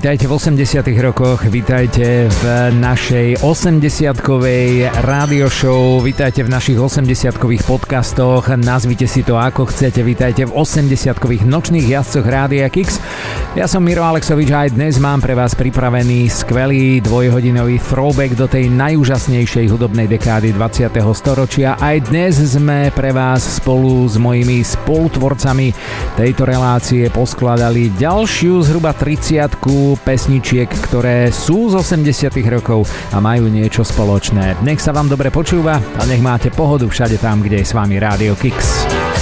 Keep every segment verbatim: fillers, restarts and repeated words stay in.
Vítajte v osemdesiatych rokoch, vítajte v našej osemdesiatkovej rádio show, vítajte v našich osemdesiatkových podcastoch, nazvite si to ako chcete, vítajte v osemdesiatkových nočných jazdcoch Rádia Kix. Ja som Miro Alexovič a aj dnes mám pre vás pripravený skvelý dvojhodinový throwback do tej najúžasnejšej hudobnej dekády dvadsiateho storočia. Aj dnes sme pre vás spolu s mojimi spolutvorcami tejto relácie poskladali ďalšiu zhruba tridsiatku pesničiek, ktoré sú z osemdesiatych rokov a majú niečo spoločné. Nech sa vám dobre počúva a nech máte pohodu všade tam, kde je s vami Rádio Kix.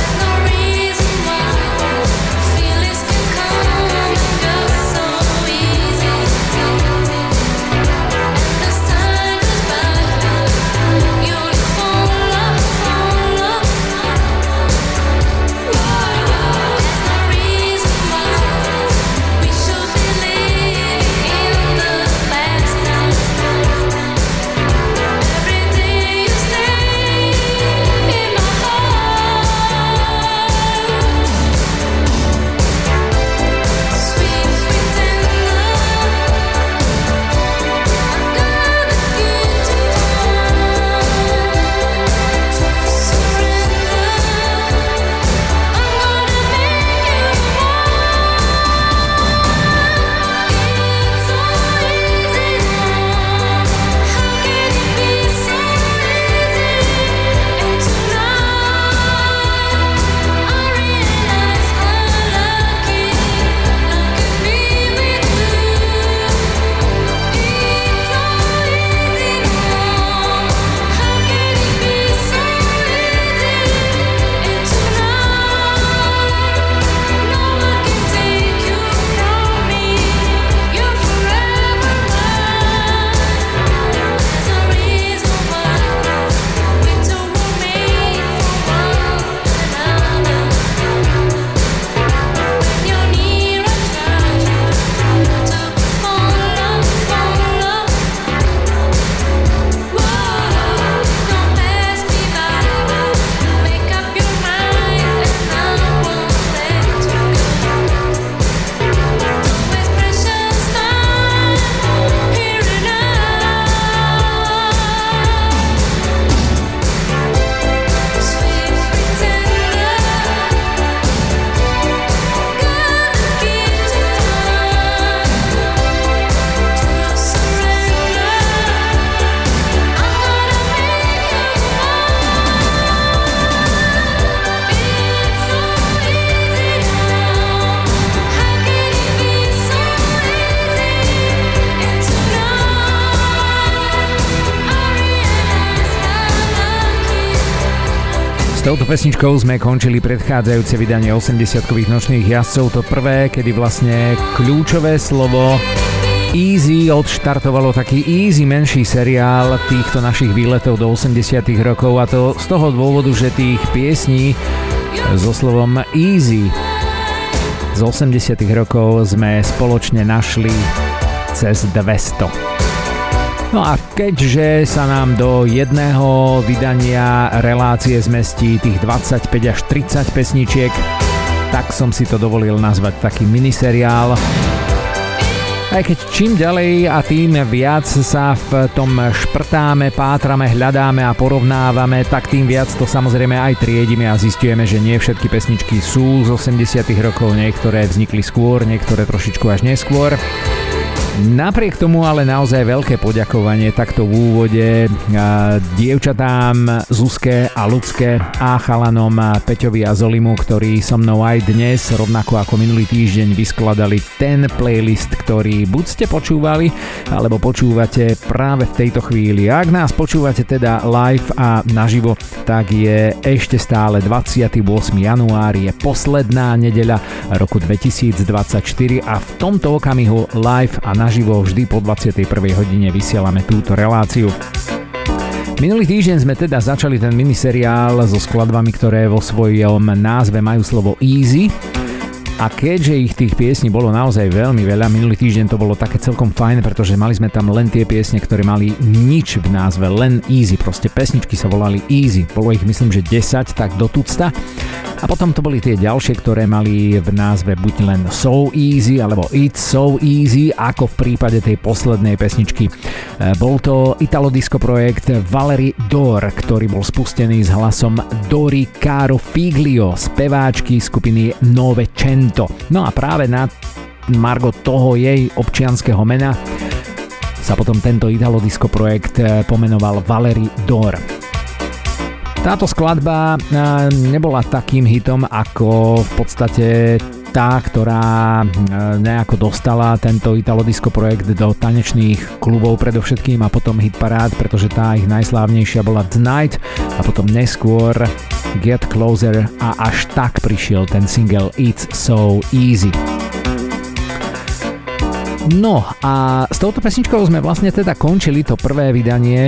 Touto pesničkou sme končili predchádzajúce vydanie osemdesiatkových nočných jazdcov. To prvé, kedy vlastne kľúčové slovo Easy odštartovalo taký easy menší seriál týchto našich výletov do osemdesiatych rokov, a to z toho dôvodu, že tých piesní so slovom Easy z osemdesiatych rokov sme spoločne našli cez dvesto. No a keďže sa nám do jedného vydania relácie zmestí tých dvadsaťpäť až tridsať pesničiek, tak som si to dovolil nazvať taký miniseriál. Aj keď čím ďalej a tým viac sa v tom šprtáme, pátrame, hľadáme a porovnávame, tak tým viac to samozrejme aj triedime a zistujeme, že nie všetky pesničky sú z osemdesiatych rokov, niektoré vznikli skôr, niektoré trošičku až neskôr. Napriek tomu ale naozaj veľké poďakovanie takto v úvode dievčatám Zuzke a Lucke a chalanom Peťovi a Zolimu, ktorí so mnou aj dnes, rovnako ako minulý týždeň, vyskladali ten playlist, ktorý buď ste počúvali, alebo počúvate práve v tejto chvíli. Ak nás počúvate teda live a naživo, tak je ešte stále dvadsiateho ôsmeho január, je posledná nedeľa roku dvetisícdvadsaťštyri a v tomto okamihu live a naživo vždy po dvadsiatej prvej hodine vysielame túto reláciu. Minulý týždeň sme teda začali ten miniseriál so skladbami, ktoré vo svojom názve majú slovo Easy. A keďže ich tých piesní bolo naozaj veľmi veľa, minulý týždeň to bolo také celkom fajn, pretože mali sme tam len tie piesne, ktoré mali nič v názve, len Easy, proste pesničky sa volali Easy. Bolo ich myslím, že desať, tak do tucta. A potom to boli tie ďalšie, ktoré mali v názve buď len So Easy, alebo It's So Easy, ako v prípade tej poslednej pesničky. Bol to italodisco projekt Valerie Dor, ktorý bol spustený s hlasom Dori Caro Figlio, speváčky skupiny Novecento. No a práve na margo toho jej občianskeho mena sa potom tento italodisco projekt pomenoval Valerie Dor. Táto skladba nebola takým hitom ako v podstate tá, ktorá nejako dostala tento italodisco projekt do tanečných klubov predovšetkým a potom hitparád, pretože tá ich najslávnejšia bola Tonight a potom neskôr Get Closer a až tak prišiel ten single It's So Easy. No a s touto pesničkou sme vlastne teda končili to prvé vydanie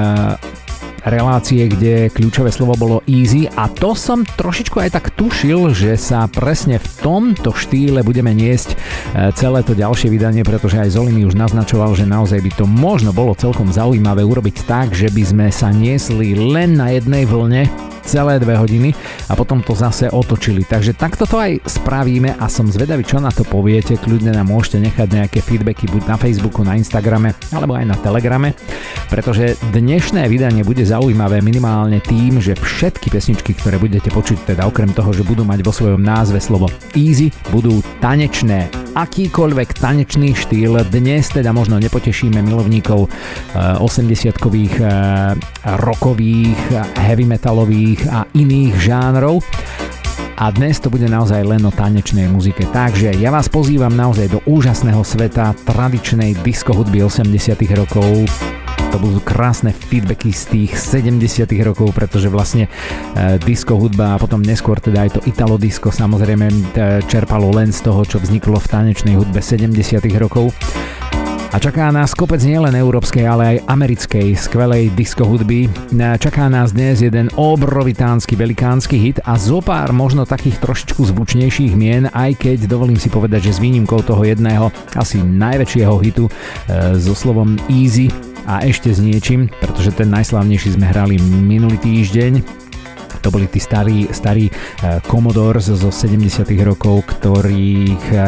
relácie, kde kľúčové slovo bolo easy a to som trošičku aj tak tušil, že sa presne v tomto štýle budeme niesť celé to ďalšie vydanie, pretože aj Zoli mi už naznačoval, že naozaj by to možno bolo celkom zaujímavé urobiť tak, že by sme sa niesli len na jednej vlne celé dve hodiny a potom to zase otočili. Takže takto to aj spravíme a som zvedavý, čo na to poviete. Kľudne nám môžete nechať nejaké feedbacky buď na Facebooku, na Instagrame alebo aj na Telegrame, pretože dnešné vydanie bude zaujímavé minimálne tým, že všetky pesničky, ktoré budete počuť, teda okrem toho, že budú mať vo svojom názve slovo easy, budú tanečné. Akýkoľvek tanečný štýl dnes teda možno nepotešíme milovníkov osemdesiatkových rockových, heavy metalových a iných žánrov. A dnes to bude naozaj len o tanečnej muzike. Takže ja vás pozývam naozaj do úžasného sveta tradičnej disco hudby osemdesiatych rokov. To budú krásne feedbacky z tých sedemdesiatych rokov, pretože vlastne e, disco hudba a potom neskôr teda aj to italo disco samozrejme e, čerpalo len z toho, čo vzniklo v tanečnej hudbe sedemdesiatych rokov. A čaká nás kopec nielen európskej, ale aj americkej skvelej disco hudby. Čaká nás dnes jeden obrovitánsky velikánsky hit a zopár možno takých trošičku zvučnejších mien, aj keď dovolím si povedať, že s výnimkou toho jedného asi najväčšieho hitu e, so slovom easy a ešte s niečím, pretože ten najslávnejší sme hrali minulý týždeň. To boli tí starí, starí e, Commodores zo sedemdesiatych rokov, ktorých e,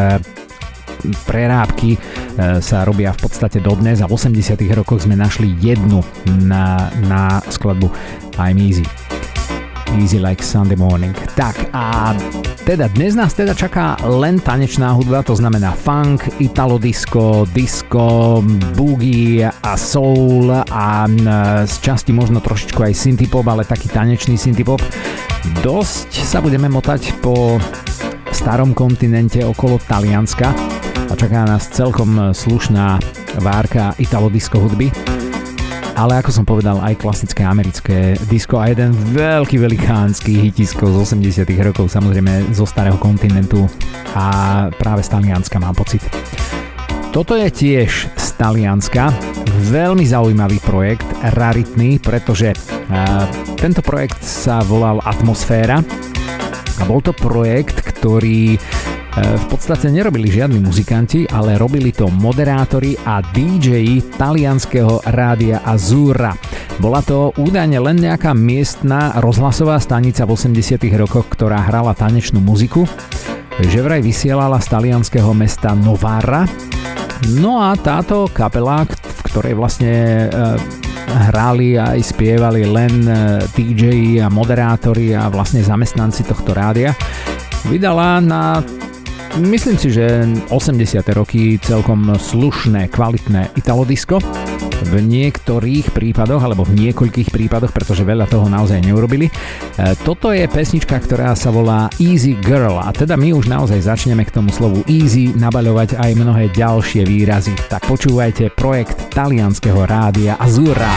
prerábky sa robia v podstate dodnes a v osemdesiatych rokoch sme našli jednu na, na skladbu I'm Easy. Easy like Sunday morning. Tak a teda dnes nás teda čaká len tanečná hudba, to znamená funk, italo disco, disco, boogie a soul a z časti možno trošičku aj synthpop, ale taký tanečný synthpop. Dosť sa budeme motať po starom kontinente okolo Talianska a čaká nás celkom slušná várka italo-disco hudby, ale ako som povedal aj klasické americké disco a jeden veľký velikánsky hitisko z osemdesiatych rokov, samozrejme zo starého kontinentu a práve z Talianska mám pocit. Toto je tiež z Talianska, veľmi zaujímavý projekt, raritný, pretože uh, tento projekt sa volal Atmosféra a bol to projekt, ktorý v podstate nerobili žiadni muzikanti, ale robili to moderátori a dí džeji talianskeho rádia Azzurra. Bola to údajne len nejaká miestna rozhlasová stanica v osemdesiatych rokoch, ktorá hrala tanečnú muziku, že vraj vysielala z talianskeho mesta Novara. No a táto kapela, v ktorej vlastne e, hrali a aj spievali len dí džeji a moderátori a vlastne zamestnanci tohto rádia, vydala na, myslím si, že osemdesiate roky celkom slušné, kvalitné italodisko. V niektorých prípadoch, alebo v niekoľkých prípadoch, pretože veľa toho naozaj neurobili. Toto je pesnička, ktorá sa volá Easy Girl a teda my už naozaj začneme k tomu slovu easy nabaľovať aj mnohé ďalšie výrazy. Tak počúvajte projekt talianskeho rádia Azzurra.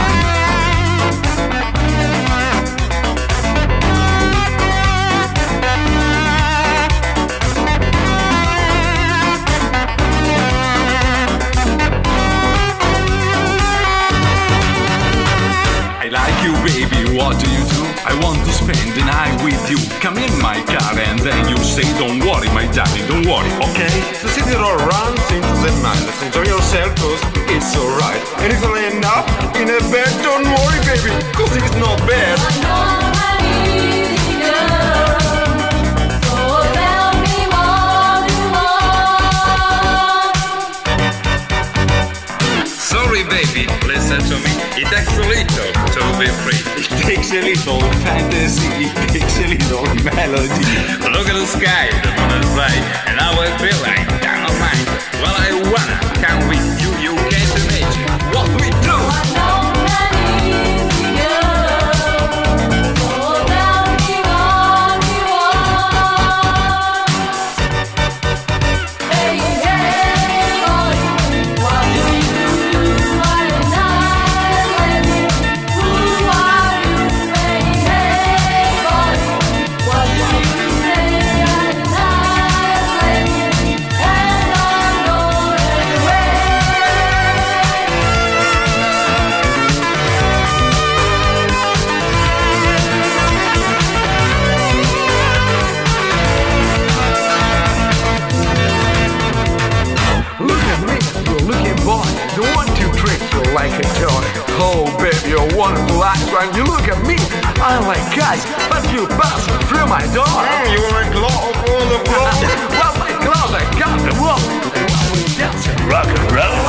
What do you do? I want to spend the night with you. Come in my car and then you say, don't worry, my darling, don't worry, okay? So sit it all around, sing to the man. Enjoy yourself, cause it's alright. And if you end up in a bed, don't worry, baby, cause it's not bad. I know I'm easy girl. little fantasy, takes a little melody. Look at the sky, the moon is bright, and I will feel like dynamite. Well, I wanna come with you, you can't imagine what we do. Like a toy. Oh baby, you're wonderful eyes. When you look at me, I like guys, but you pass through my door. Mm, you're a glove on the floor. Well, my gloves, I got the wall. We dance and rock and roll.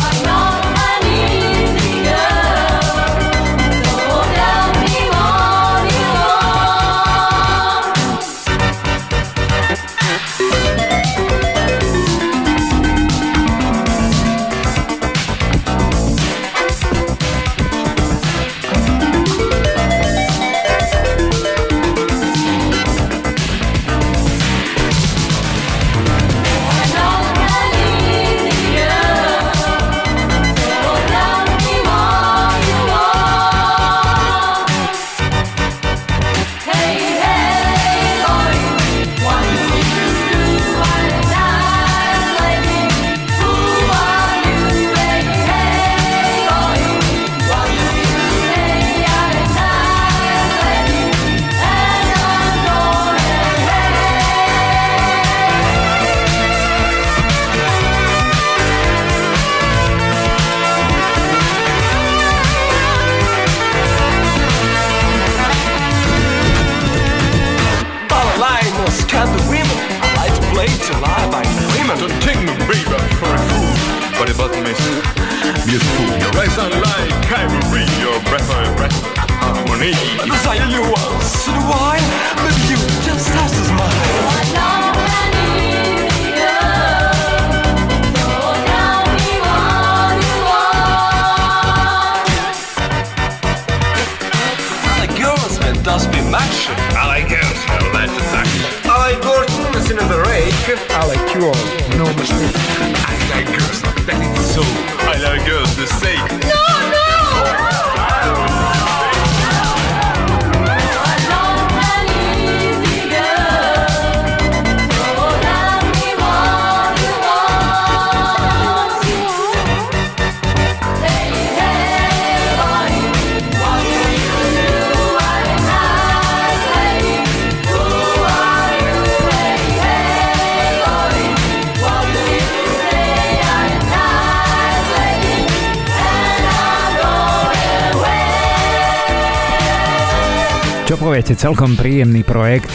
Čo poviete, celkom príjemný projekt.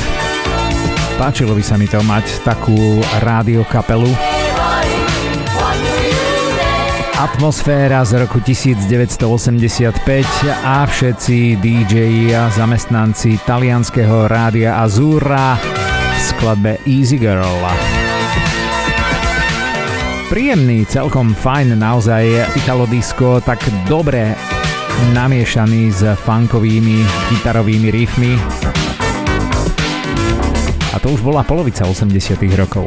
Páčilo by sa mi to mať takú rádio kapelu. Atmosféra z roku devätnásťstoosemdesiatpäť a všetci dí džeji a zamestnanci talianskeho rádia Azzurra v skladbe Easy Girl. Príjemný, celkom fajn, naozaj italodisco, tak dobre namiešaný s funkovými gitarovými riffmi. A to už bola polovica osemdesiatych rokov.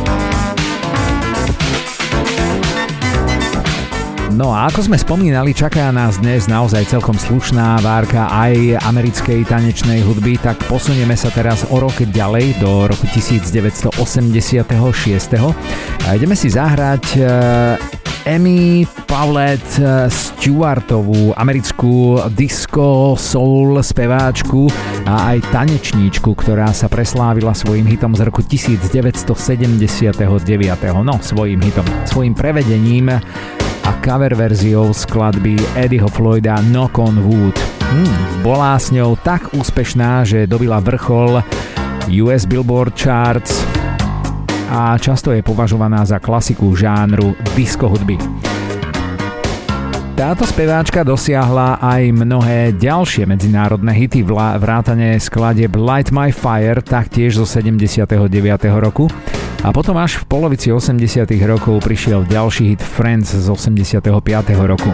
No a ako sme spomínali, čaká nás dnes naozaj celkom slušná várka aj americkej tanečnej hudby, tak posunieme sa teraz o rok ďalej do roku devätnásťstoosemdesiatšesť. A ideme si zahrať Amy Paulette Stewartovú, americkú disco, soul speváčku a aj tanečníčku, ktorá sa preslávila svojím hitom z roku devätnásťstosedemdesiatdeväť. No, svojím hitom, svojím prevedením a cover verziou skladby Eddieho Floyda Knock on Wood. Hmm, bola s ňou tak úspešná, že dobila vrchol ú es Billboard Charts a často je považovaná za klasiku žánru disco hudby. Táto speváčka dosiahla aj mnohé ďalšie medzinárodné hity, vrátane skladieb Light My Fire, taktiež zo sedemdesiateho deviateho roku. A potom až v polovici osemdesiatych rokov prišiel ďalší hit Friends z osemdesiateho piateho roku.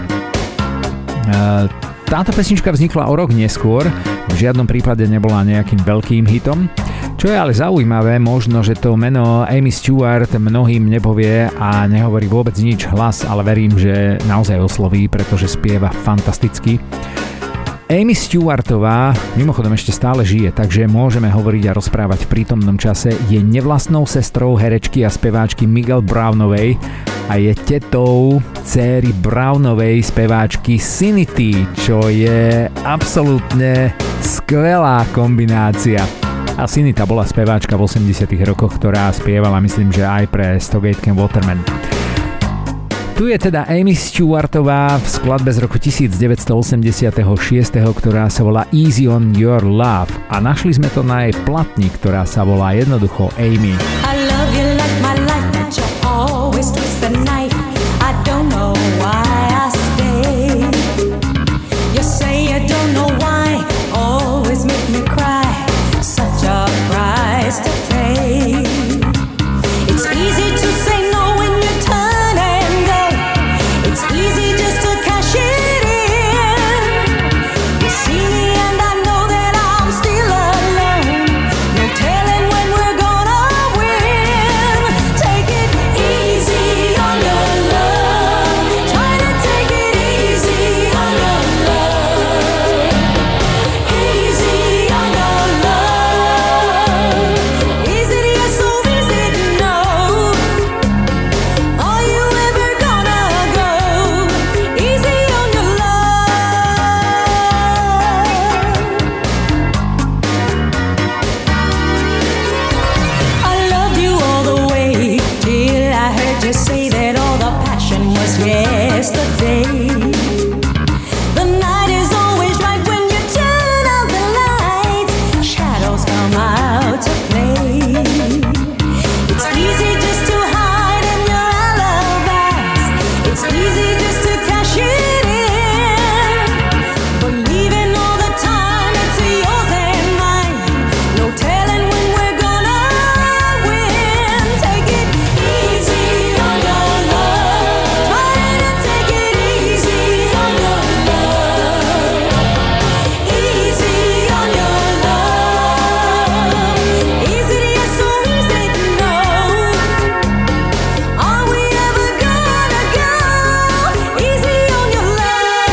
Táto pesnička vznikla o rok neskôr, v žiadnom prípade nebola nejakým veľkým hitom. Čo je ale zaujímavé, možno, že to meno Amy Stewart mnohým nepovie a nehovorí vôbec nič hlas, ale verím, že naozaj osloví, pretože spieva fantasticky. Amy Stewartová mimochodom ešte stále žije, takže môžeme hovoriť a rozprávať v prítomnom čase. Je nevlastnou sestrou herečky a speváčky Miguel Brownovej a je tetou céry Brownovej speváčky Sinity, čo je absolútne skvelá kombinácia. A Sinita bola speváčka v osemdesiatych rokoch, ktorá spievala, myslím, že aj pre Stogate Ken Waterman. Tu je teda Amy Stewartová v skladbe z roku devätnásťstoosemdesiatšesť, ktorá sa volá Easy on Your Love a našli sme to na jej platni, ktorá sa volá jednoducho Amy. I love you like my life, but you always twist the knife. I don't know why I stay. You say you don't know why, always make me cry. Such a price to pay. It's easy to say no when you turn and go. It's easy just to cash it in. You see me and I know that I'm still alone. No telling when we're gonna win. Take it easy on your love. Try to take it easy on your love. Easy on your love. Say that all the passion was yesterday. The night is always right when you turn out the lights. Shadows come out to play. It's easy just to hide in your alibis. It's easy just to cash it in. Believing all the time it's yours and mine. No telling when we're gonna win. Take it easy on your love. Try to take it easy on your love. Easy on your love. Easy to yes or easy to no. Are we ever gonna go easy on your love?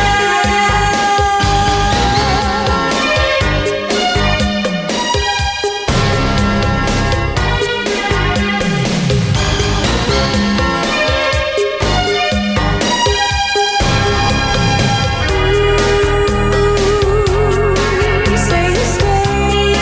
You say you stay.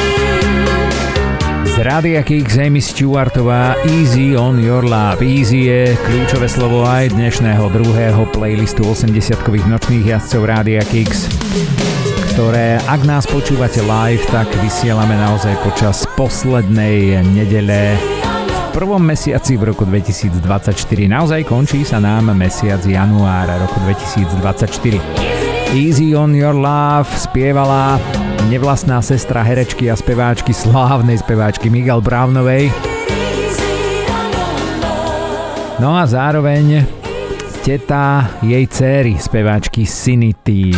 Z Rádia Kix Amy Stewartová Easy on Your Love. Easy je kľúčové slovo aj dnešného druhého playlistu osemdesiatkových nočných jazdcov Rádia Kix, ktoré, ak nás počúvate live, tak vysielame naozaj počas poslednej nedele v prvom mesiaci v roku dvetisícdvadsaťštyri. Naozaj končí sa nám mesiac január roku dvetisícdvadsaťštyri. Easy on Your Love spievala nevlastná sestra herečky a speváčky, slávnej speváčky Miguel Brownovej. No a zároveň teta jej dcéry, speváčky Sinity.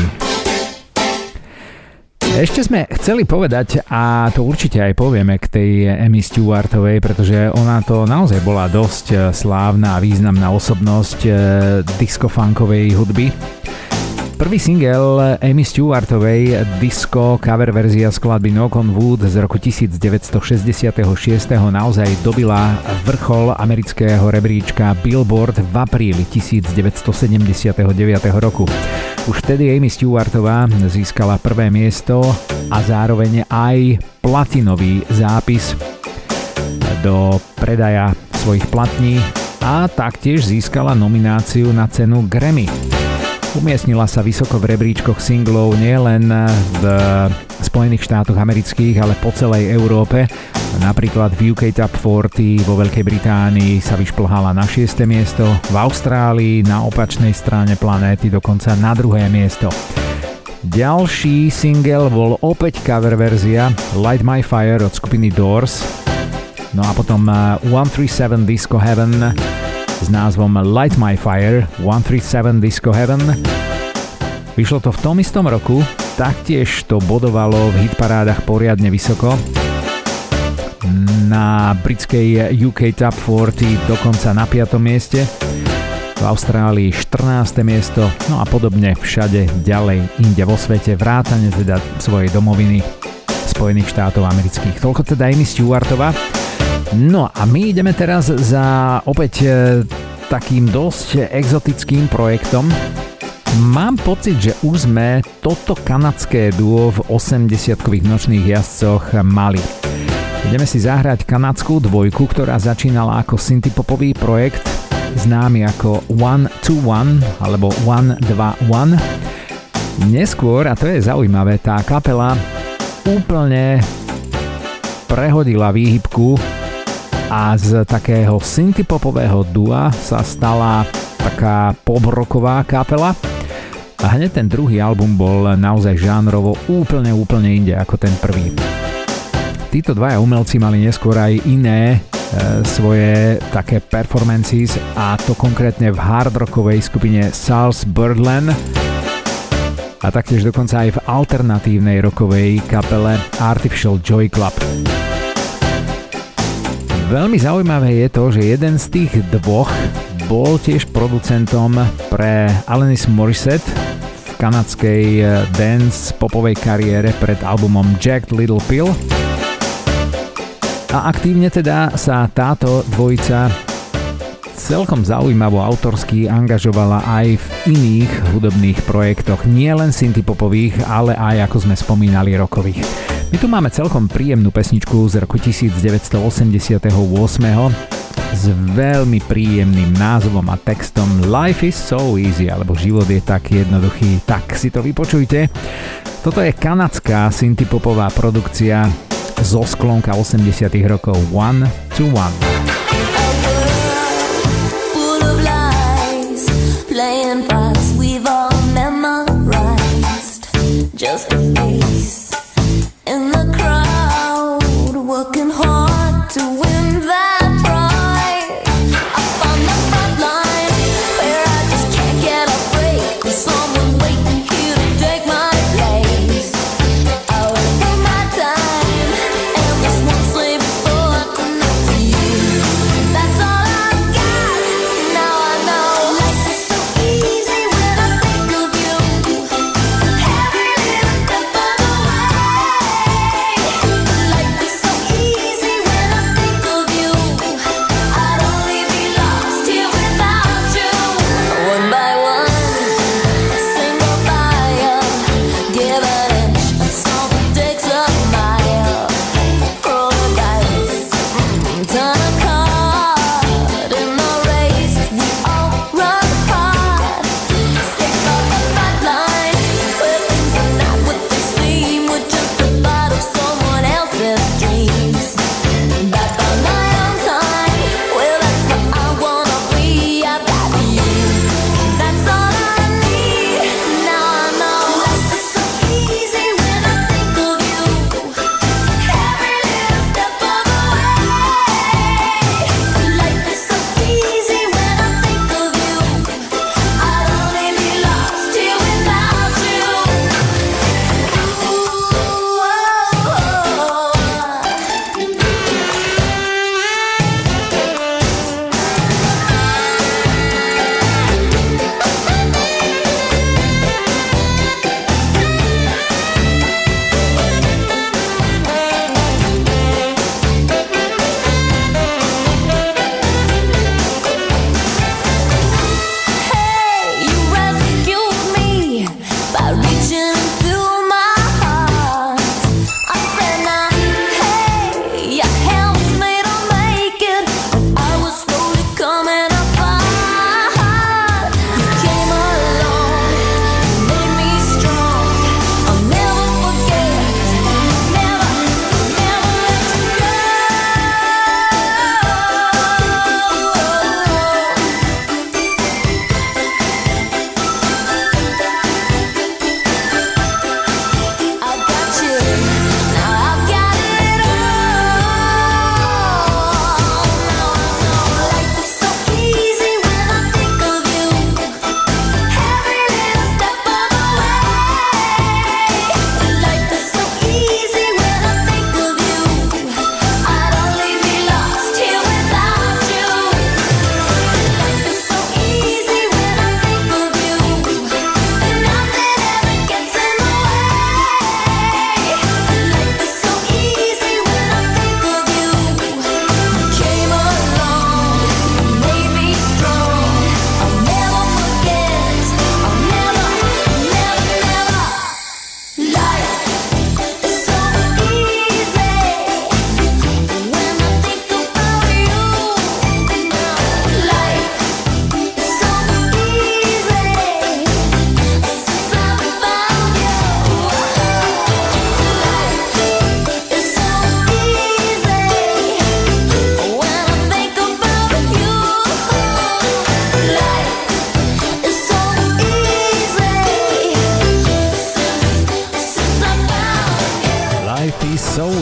Ešte sme chceli povedať, a to určite aj povieme k tej Amy Stewartovej, pretože ona to naozaj bola dosť slávna a významná osobnosť disco-funkovej hudby. Prvý single Amy Stewartovej, disco cover verzia skladby Knock on Wood z roku devätnásťstošesťdesiatšesť naozaj dobila vrchol amerického rebríčka Billboard v apríli devätnásťstosedemdesiatdeväť roku. Už vtedy Amy Stewartová získala prvé miesto a zároveň aj platinový zápis do predaja svojich platní a taktiež získala nomináciu na cenu Grammy. Umiestnila sa vysoko v rebríčkoch singlov nielen v Spojených štátoch amerických, ale po celej Európe. Napríklad v ú ká Top štyridsať vo Veľkej Británii sa vyšplhala na šieste miesto, v Austrálii na opačnej strane planéty dokonca na druhé miesto. Ďalší single bol opäť cover verzia Light My Fire od skupiny Doors. No a potom one thirty-seven Disco Heaven s názvom Light My Fire, one thirty-seven Disco Heaven. Vyšlo to v tom istom roku, taktiež to bodovalo v hitparádach poriadne vysoko. Na britskej ú ká Top štyridsať dokonca na piatom mieste, v Austrálii štrnáste miesto, no a podobne všade ďalej inde vo svete, vrátane teda svojej domoviny Spojených štátov amerických. Toľko teda Amy Stewartová. No a my ideme teraz za opäť e, takým dosť exotickým projektom. Mám pocit, že už sme toto kanadské duo v osemdesiatkových nočných jazdcoch mali. Ideme si zahrať kanadskú dvojku, ktorá začínala ako synthpopový projekt, známy ako one two one alebo one two one. Neskôr, a to je zaujímavé, tá kapela úplne prehodila výhybku a z takého synthpopového dua sa stala taká pop-rocková kapela. A hneď ten druhý album bol naozaj žánrovo úplne, úplne inde ako ten prvý. Títo dvaja umelci mali neskôr aj iné e, svoje také performances, a to konkrétne v hardrockovej skupine Sal's Birdland a taktiež dokonca aj v alternatívnej rockovej kapele Artificial Joy Club. Veľmi zaujímavé je to, že jeden z tých dvoch bol tiež producentom pre Alanis Morissette v kanadskej dance popovej kariére pred albumom Jagged Little Pill. A aktívne teda sa táto dvojica celkom zaujímavo autorsky angažovala aj v iných hudobných projektoch, nielen synthpopových, ale aj, ako sme spomínali, rockových. My tu máme celkom príjemnú pesničku z roku devätnásťstoosemdesiatosem s veľmi príjemným názvom a textom Life is so easy, alebo život je tak jednoduchý. Tak si to vypočujte. Toto je kanadská synthpopová produkcia zo sklonka osemdesiatych rokov one two one. Just a face in the crowd, working hard to win that prize. Up on the front line, where I just can't get a break. There's someone waiting here to take my place. I wait for my time, and this won't slip before I connect to you.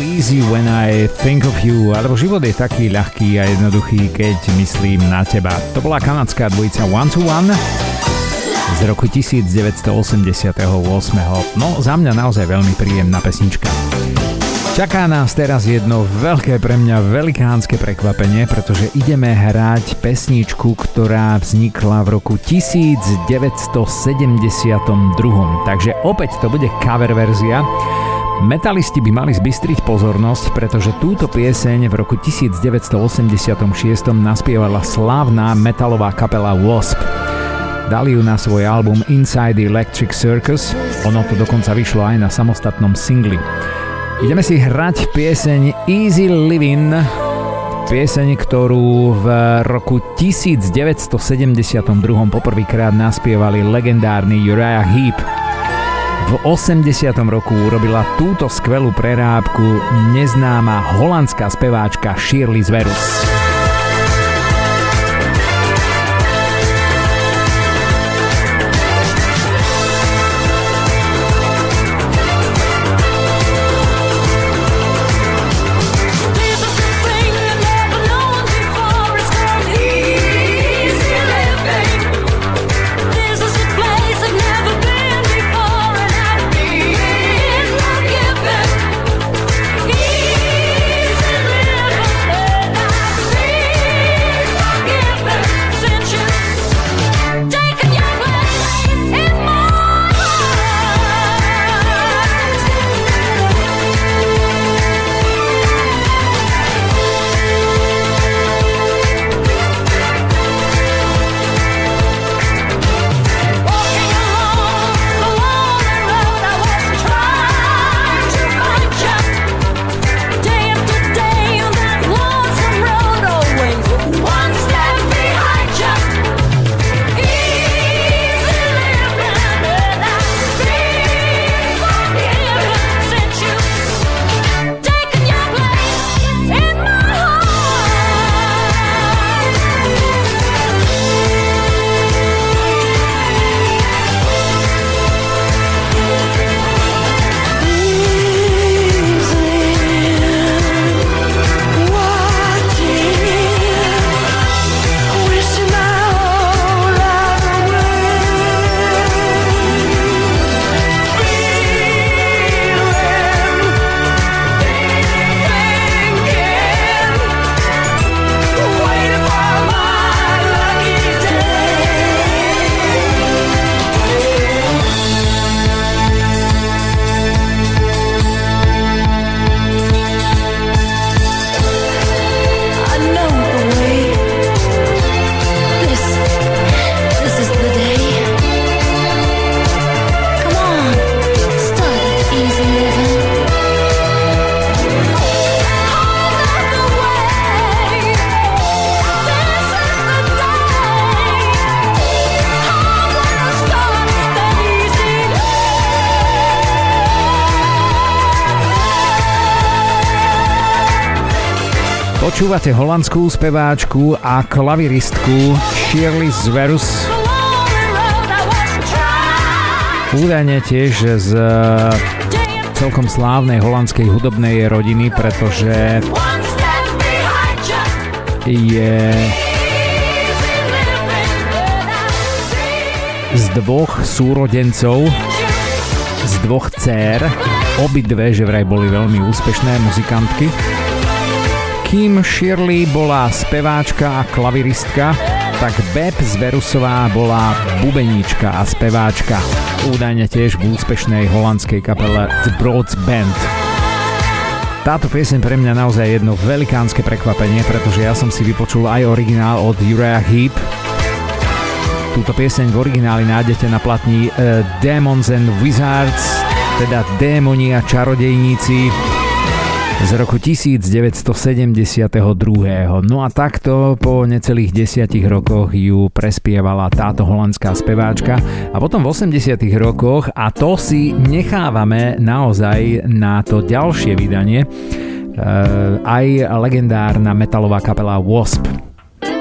Easy when I think of you, alebo život je taký ľahký a jednoduchý, keď myslím na teba. To bola kanadská dvojica One to One z roku devätnásťstoosemdesiatosem. No, za mňa naozaj veľmi príjemná pesnička. Čaká nás teraz jedno veľké, pre mňa velikánske prekvapenie, pretože ideme hrať pesničku, ktorá vznikla v roku devätnásťstosedemdesiatdva. Takže opäť to bude cover verzia. Metalisti by mali zbystriť pozornosť, pretože túto pieseň v roku devätnásťstoosemdesiatšesť naspievala slávna metalová kapela Wasp. Dali ju na svoj album Inside the Electric Circus, ono to dokonca vyšlo aj na samostatnom singli. Ideme si hrať pieseň Easy Living, pieseň, ktorú v roku devätnásťstosedemdesiatdva poprvýkrát naspievali legendárny Uriah Heep. V osemdesiatom roku urobila túto skvelú prerábku neznáma holandská speváčka Shirley Zverus. Počúvate holandskú speváčku a klaviristku Shirley Zverus. Údajne tiež z celkom slávnej holandskej hudobnej rodiny, pretože je z dvoch súrodencov, z dvoch dcér, obidve že vraj boli veľmi úspešné muzikantky. Kým Shirley bola speváčka a klaviristka, tak Beb Zverusová bola bubeníčka a speváčka. Údajne tiež v úspešnej holandskej kapele The Broads Band. Táto pieseň pre mňa naozaj jedno velikánske prekvapenie, pretože ja som si vypočul aj originál od Uriah Heep. Túto pieseň v origináli nájdete na platni uh, Demons and Wizards, teda Démoni a čarodejníci z roku devätnásťstosedemdesiatdva. No a takto po necelých desiatich rokoch ju prespievala táto holandská speváčka a potom v osemdesiatych rokoch, a to si nechávame naozaj na to ďalšie vydanie, aj legendárna metalová kapela Wasp.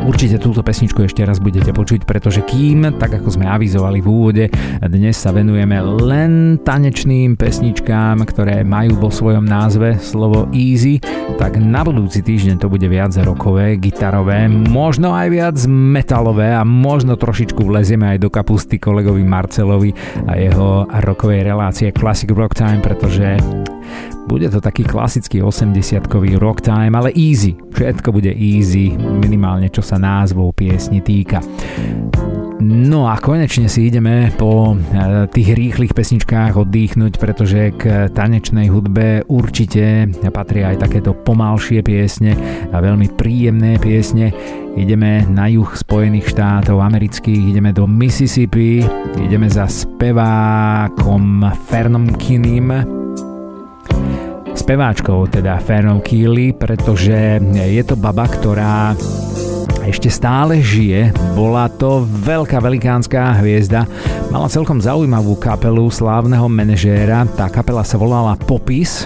Určite túto pesničku ešte raz budete počuť, pretože kým, tak ako sme avizovali v úvode, dnes sa venujeme len tanečným pesničkám, ktoré majú vo svojom názve slovo easy, tak na budúci týždeň to bude viac rockové, gitarové, možno aj viac metalové a možno trošičku vlezieme aj do kapusty kolegovi Marcelovi a jeho rockovej relácie Classic Rock Time, pretože bude to taký klasický osemdesiatkový rock time, ale easy. Všetko bude easy, minimálne čo sa názvov piesni týka. No a konečne si ideme po tých rýchlych pesničkách oddychnúť, pretože k tanečnej hudbe určite patria aj takéto pomalšie piesne a veľmi príjemné piesne. Ideme na juh Spojených štátov amerických, ideme do Mississippi, ideme za spevákom Fernom Kinney, speváčkou teda Fernou Keely, pretože je to baba, ktorá ešte stále žije. Bola to veľká velikánska hviezda, mala celkom zaujímavú kapelu slávneho manažéra, tá kapela sa volala Popis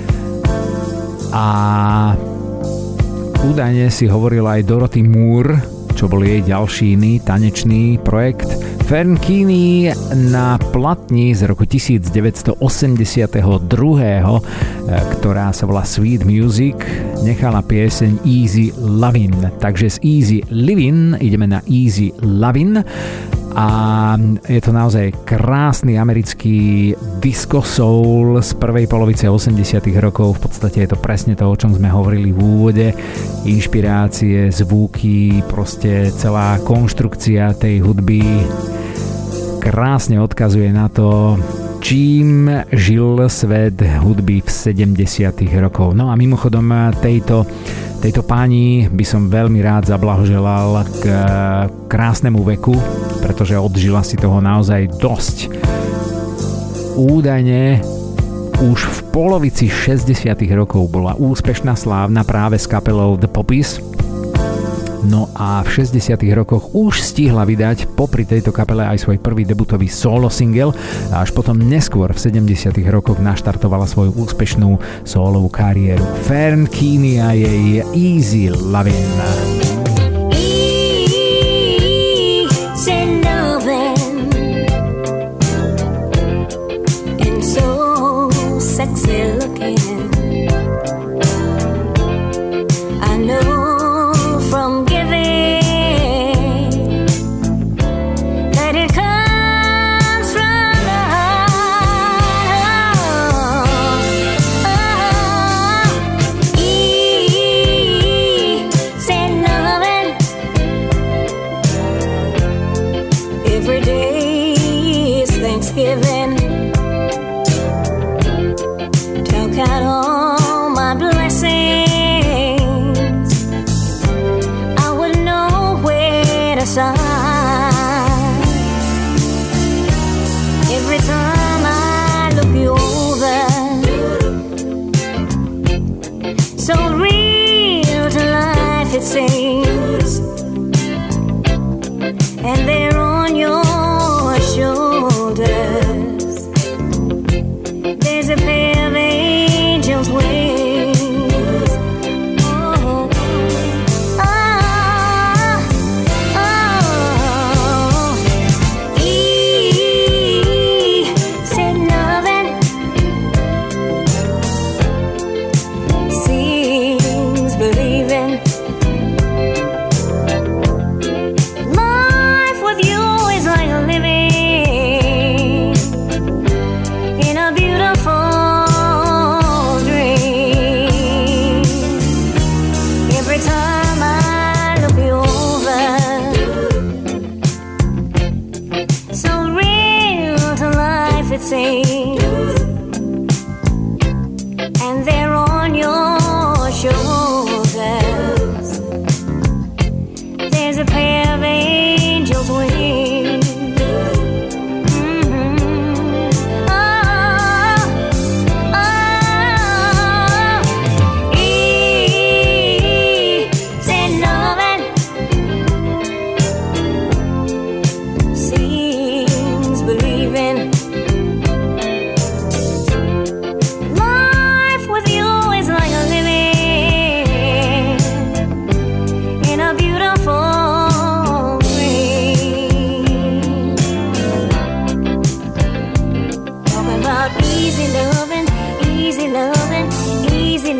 a údajne si hovorila aj Dorothy Moore, čo bol jej ďalší iný tanečný projekt. Fern Keely na platni z roku devätnásťstoosemdesiatdva, ktorá sa volá Sweet Music, nechala pieseň Easy Lovin'. Takže z Easy Livin' ideme na Easy Lovin'. A je to naozaj krásny americký disco soul z prvej polovice osemdesiatych rokov. V podstate je to presne to, o čom sme hovorili v úvode. Inšpirácie, zvuky, proste celá konštrukcia tej hudby krásne odkazuje na to, čím žil svet hudby v sedemdesiatych rokov. No a mimochodom tejto Tejto páni by som veľmi rád zablahoželal k krásnemu veku, pretože odžila si toho naozaj dosť. Údajne už v polovici šesťdesiatych rokov bola úspešná, slávna práve s kapelou The Poppies. No a v šesťdesiatych rokoch už stihla vydať popri tejto kapele aj svoj prvý debutový solo single a až potom neskôr v sedemdesiatych rokoch naštartovala svoju úspešnú solovú kariéru. Fern Keely a jej Easy Lovin'.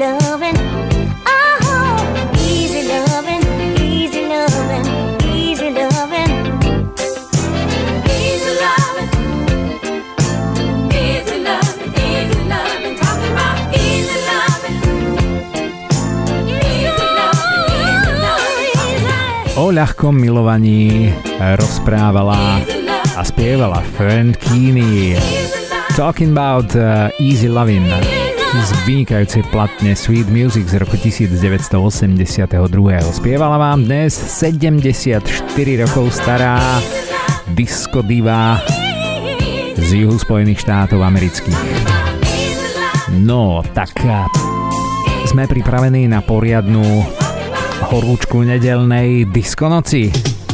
loving. Oh, easy loving, easy loving, easy loving. Easy loving, easy loving, easy loving. Talking about easy loving. Easy loving, easy loving. O ľahkom milovaní rozprávala a spievala Fern Keane. Talking about uh, Easy Lovin' z vynikajúcej platne Sweet Music z roku devätnásť osemdesiatdva. Spievala vám dnes sedemdesiatštyri rokov stará disco diva z juhu Spojených štátov amerických. No, tak sme pripravení na poriadnu horúčku nedeľnej diskonoci.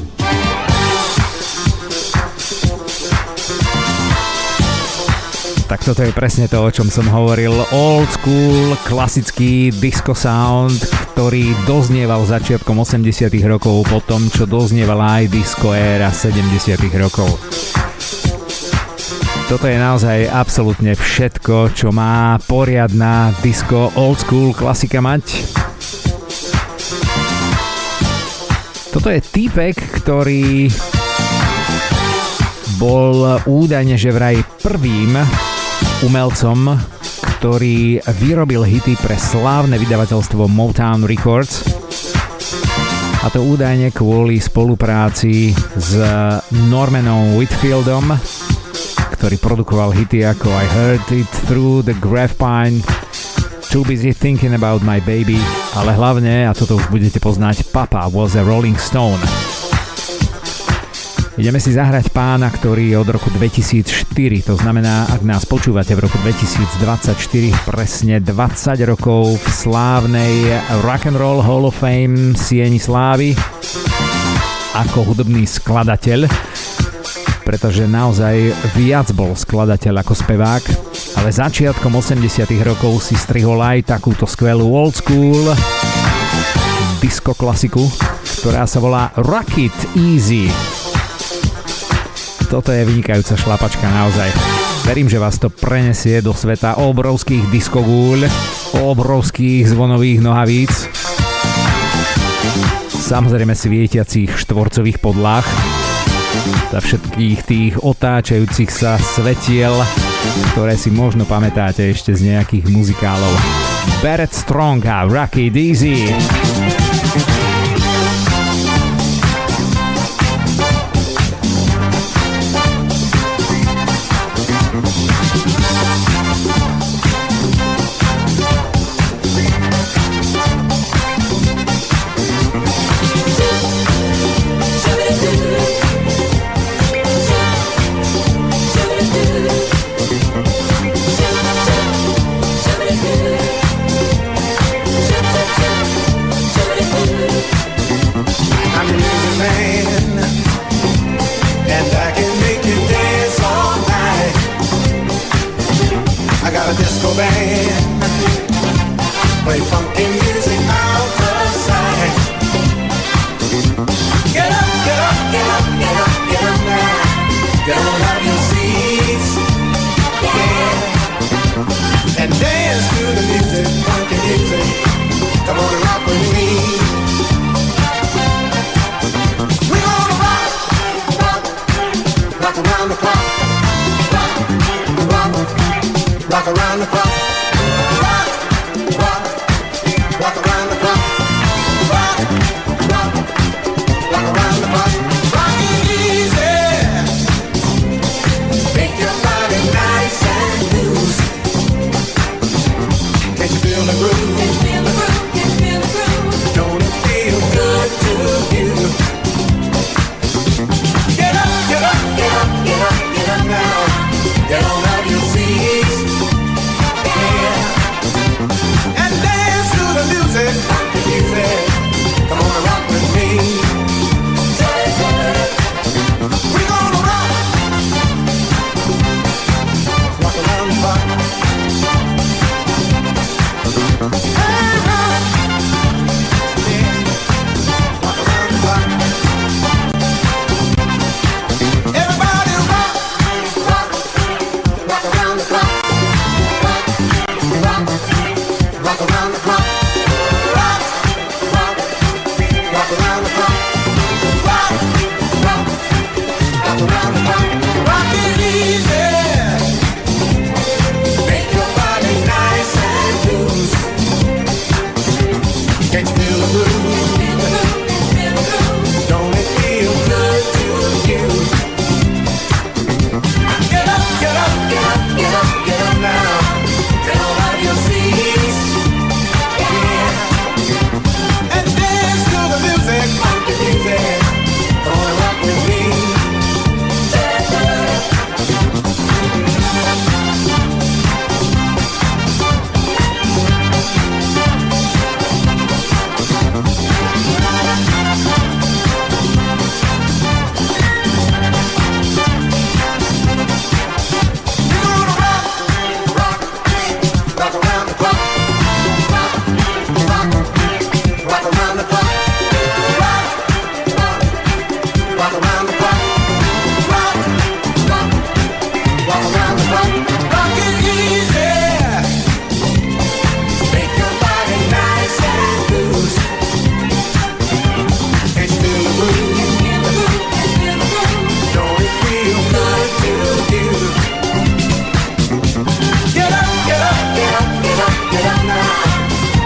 Tak toto je presne to, o čom som hovoril. Old school, klasický disco sound, ktorý doznieval začiatkom osemdesiatych rokov po tom, čo doznievala aj disco éra sedemdesiatych rokov. Toto je naozaj absolútne všetko, čo má poriadna disco old school klasika mať. Toto je týpek, ktorý bol údajne že vraj prvým umelcom, ktorý vyrobil hity pre slávne vydavateľstvo Motown Records, a to údajne kvôli spolupráci s Normanom Whitfieldom, ktorý produkoval hity ako I Heard It Through the Grapevine, Too Busy Thinking About My Baby, ale hlavne, a toto už budete poznať, Papa Was a Rolling Stone. Ideme si zahrať pána, ktorý je od roku dvetisícštyri, to znamená, ak nás počúvate v roku dvetisícdvadsaťštyri, presne dvadsať rokov v slávnej Rock and Roll Hall of Fame sieni slávy ako hudobný skladateľ, pretože naozaj viac bol skladateľ ako spevák, ale začiatkom osemdesiatych rokov si strihol aj takúto skvelú old school disco klasiku, ktorá sa volá Rock It Easy. Toto je vynikajúca šlapačka naozaj. Verím, že vás to prenesie do sveta obrovských diskogúľ, obrovských zvonových nohavíc, samozrejme svietiacich štvorcových podlách, za všetkých tých otáčajúcich sa svetiel, ktoré si možno pamätáte ešte z nejakých muzikálov. Barrett Strong a Rock It Easy.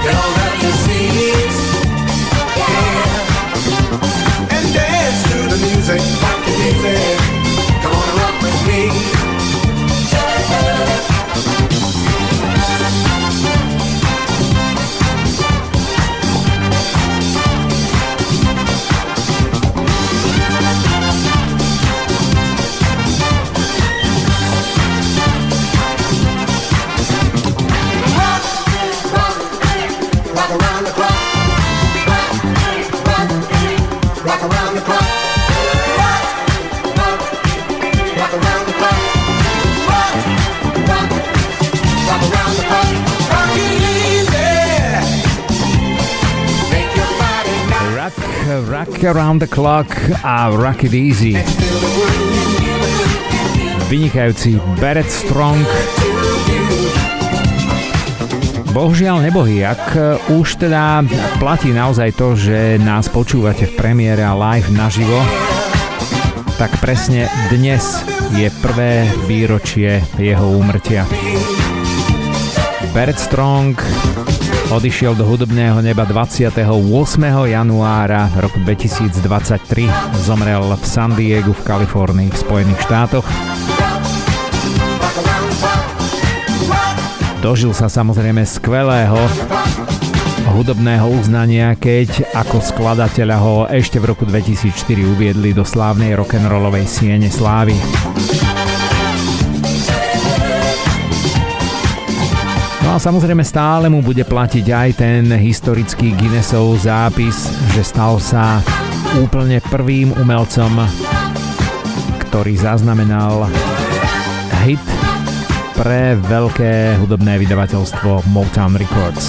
Roll up your sleeves, yeah, and dance to the music, rock the music. Come on, rock with me. Rock Around the Clock a Rock It Easy. Vynikajúci Barrett Strong. Bohužiaľ nebohy, ak už teda platí naozaj to, že nás počúvate v premiére a live naživo, tak presne dnes je prvé výročie jeho úmrtia. Barrett Strong odišiel do hudobného neba dvadsiateho ôsmeho januára roku dvetisícdvadsaťtri. Zomrel v San Diegu v Kalifornii v Spojených štátoch. Dožil sa samozrejme skvelého hudobného uznania, keď ako skladateľa ho ešte v roku dvetisícštyri uviedli do slávnej rock'n'rollovej siene slávy. No a samozrejme stále mu bude platiť aj ten historický Guinnessov zápis, že stal sa úplne prvým umelcom, ktorý zaznamenal hit pre veľké hudobné vydavateľstvo Motown Records.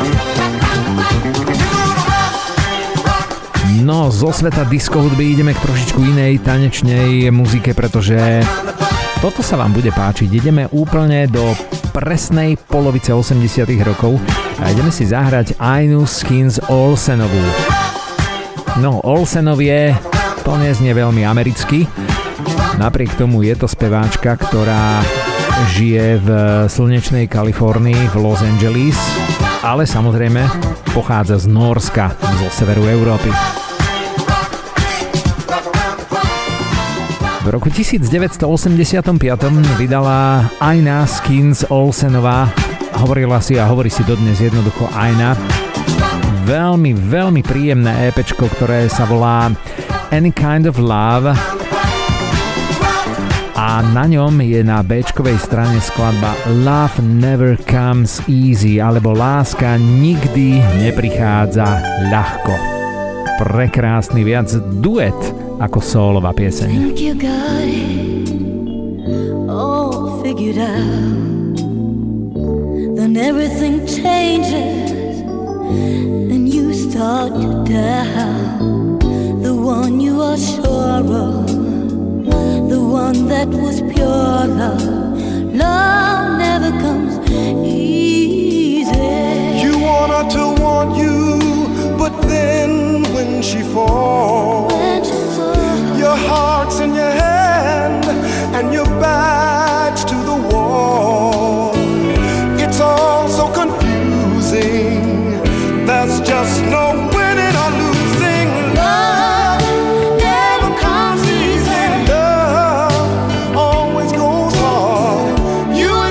No, zo sveta disco hudby ideme k trošičku inej tanečnej muzike, pretože toto sa vám bude páčiť. Ideme úplne do presnej polovice osemdesiatych rokov a ideme si zahrať Ainu Skins Olsenovú. No, Olsenovie to neznie veľmi americky, napriek tomu je to speváčka, ktorá žije v slnečnej Kalifornii v Los Angeles, ale samozrejme pochádza z Nórska, zo severu Európy. V roku devätnásťstoosemdesiatpäť vydala Aina Skins Olsenová, hovorila si a hovorí si dodnes jednoducho Aina, veľmi, veľmi príjemné EPčko, ktoré sa volá Any Kind of Love a na ňom je na Bčkovej strane skladba Love Never Comes Easy, alebo Láska nikdy neprichádza ľahko. Prekrásny, viac duet ako sólová pieseň. Think you got it all figured out. Then everything changes and you start to doubt the one you are sure of, the one that was pure love. Love never comes easy. You want her to want you, but then when she falls, your heart's in your hand and your back's to the wall. It's all so confusing. There's just no winning or losing. Love never comes easy. Love always goes hard. You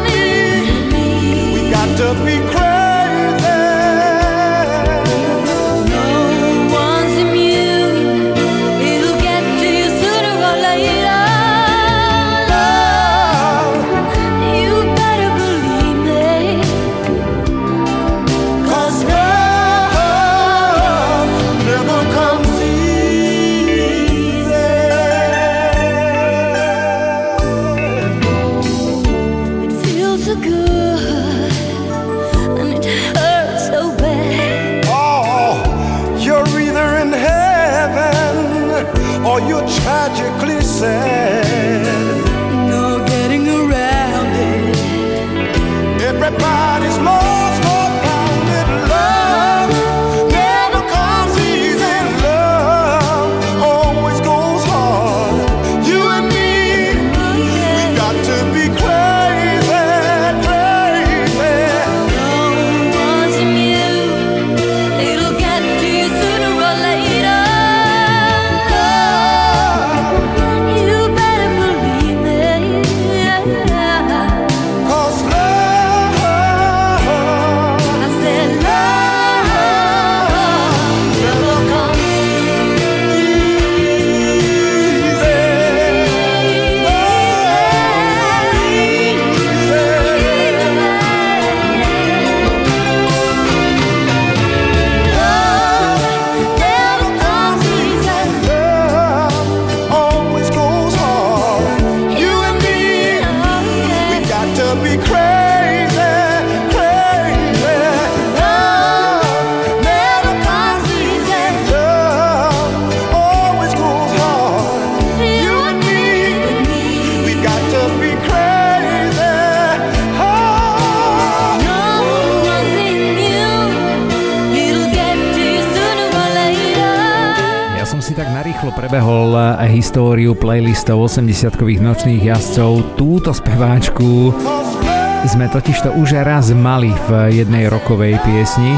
rýchlo prebehol históriu playlistov osemdesiatkových nočných jazdcov. Túto speváčku sme totižto už raz mali v jednej rockovej piesni.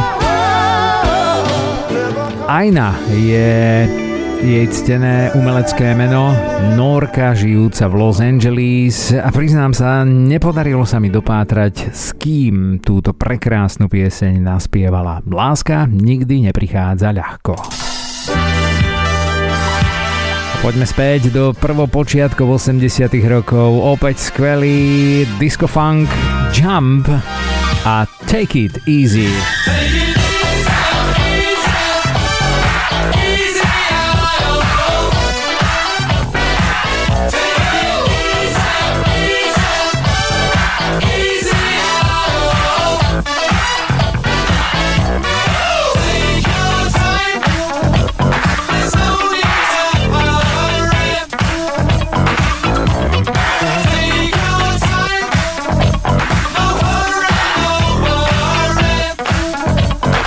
Aina je jej ctené umelecké meno, Nórka žijúca v Los Angeles, a priznám sa, nepodarilo sa mi dopátrať, s kým túto prekrásnu pieseň naspievala. Láska nikdy neprichádza ľahko. Poďme späť do prvopočiatkov osemdesiatych rokov. Opäť skvelý disco funk, Jump a Take It Easy. Take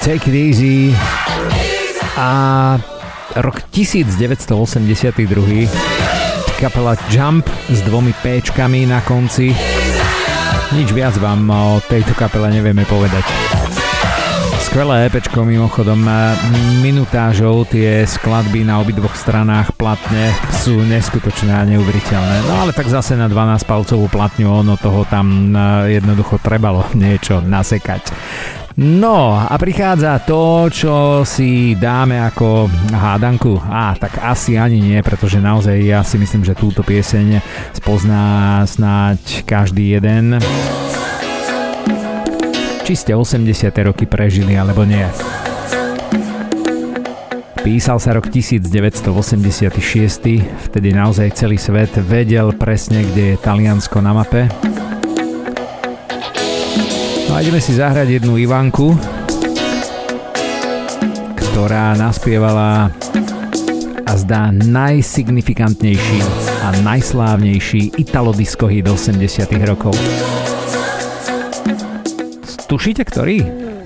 Take It Easy a rok devätnásťstoosemdesiatdva, kapela Jump s dvomi péčkami na konci. Nič viac vám o tejto kapele nevieme povedať. Skvelé EPčko, mimochodom minutážou tie skladby na obidvoch stranách platne sú neskutočné a neuveriteľné. No ale tak zase na dvanásťpalcovú platňu ono toho tam jednoducho trebalo niečo nasekať. No a prichádza to, čo si dáme ako hádanku. Á, tak asi ani nie, pretože naozaj ja si myslím, že túto pieseň spozná snáď každý jeden. Či ste osemdesiate roky prežili, alebo nie. Písal sa rok devätnásťstoosemdesiatšesť, vtedy naozaj celý svet vedel presne, kde je Taliansko na mape. No a ideme si zahrať jednu Ivanku, ktorá naspievala a zdá najsignifikantnejší a najslávnejší italodisco hit osemdesiatych rokov. Tušíte, ktorý?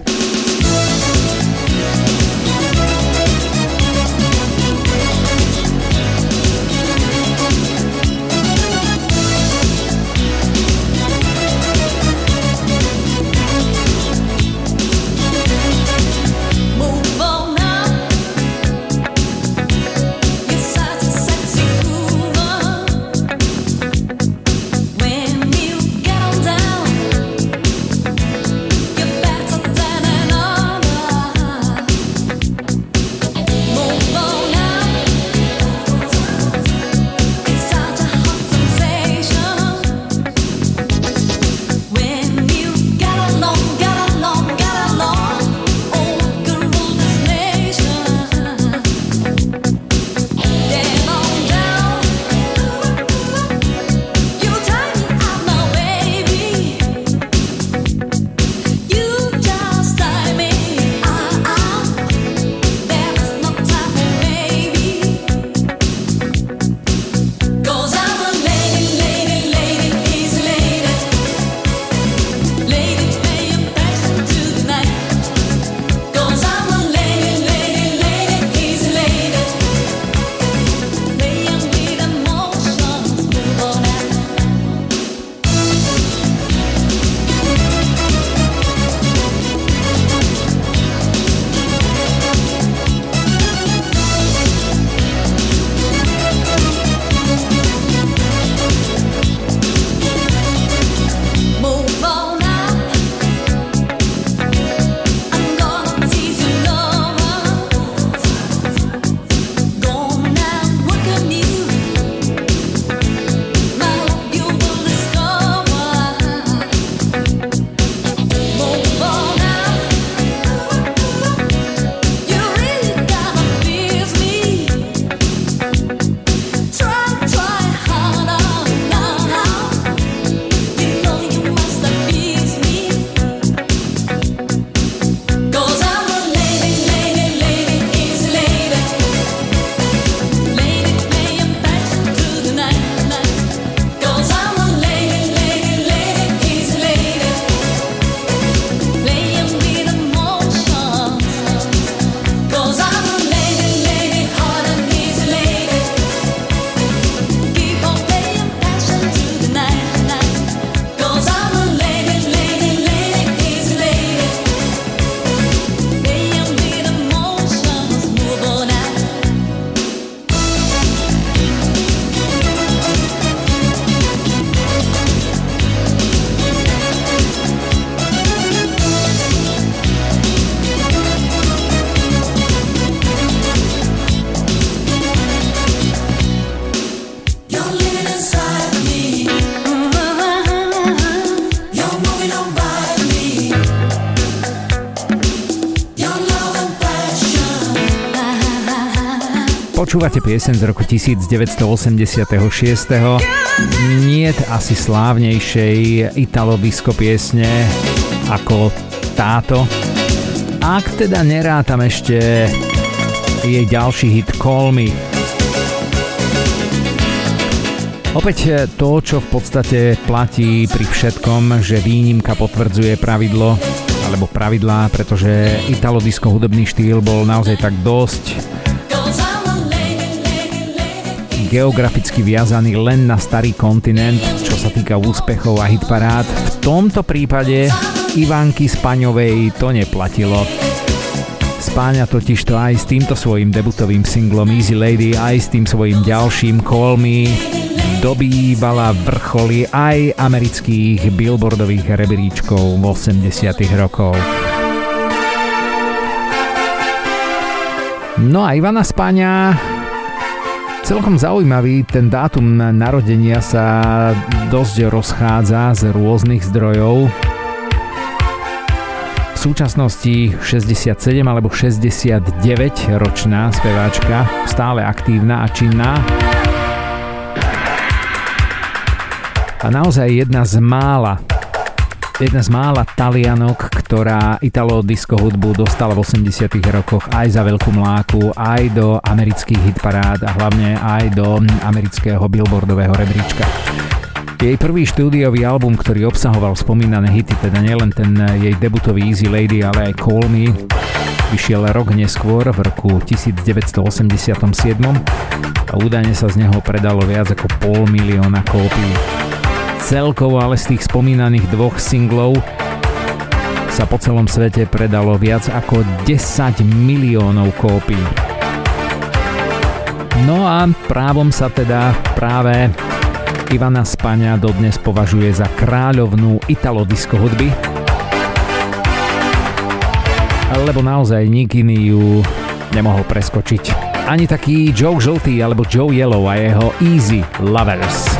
Počúvate pieseň z roku devätnásťstoosemdesiatšesť. Niet asi slávnejšej italodisco piesne ako táto. Ak teda nerátam ešte jej ďalší hit Call Me. Opäť to, čo v podstate platí pri všetkom, že výnimka potvrdzuje pravidlo a alebo pravidlá, pretože italodisko hudobný štýl bol naozaj tak dosť geograficky viazaný len na starý kontinent, čo sa týka úspechov a hitparád. V tomto prípade Ivanky Spaňovej to neplatilo. Spáňa totižto aj s týmto svojím debutovým singlom Easy Lady, aj s tým svojím ďalším Call Me dobývala vrcholy aj amerických billboardových rebríčkov v osemdesiatych rokov. No a Ivana Spáňa, celkom zaujímavý, ten dátum narodenia sa dosť rozchádza z rôznych zdrojov. V súčasnosti šesťdesiatsedem alebo šesťdesiatdeväť ročná speváčka, stále aktívna a činná. A naozaj jedna z mála, jedna z mála Talianok, ktorá italo disco hudbu dostala v osemdesiatych rokoch aj za veľkú mláku, aj do amerických hitparád a hlavne aj do amerického billboardového rebríčka. Jej prvý štúdiový album, ktorý obsahoval spomínané hity, teda nielen ten jej debutový Easy Lady, ale aj Call Me, vyšiel rok neskôr v roku devätnásťstoosemdesiatsedem a údajne sa z neho predalo viac ako pol milióna kópií. Celkovo ale z tých spomínaných dvoch singlov sa po celom svete predalo viac ako desať miliónov kópií. No a právom sa teda práve Ivana Spáňa dodnes považuje za kráľovnú italo-disco hudby, lebo naozaj nik iný ju nemohol preskočiť. Ani taký Joe Žltý alebo Joe Yellow a jeho Easy Lovers.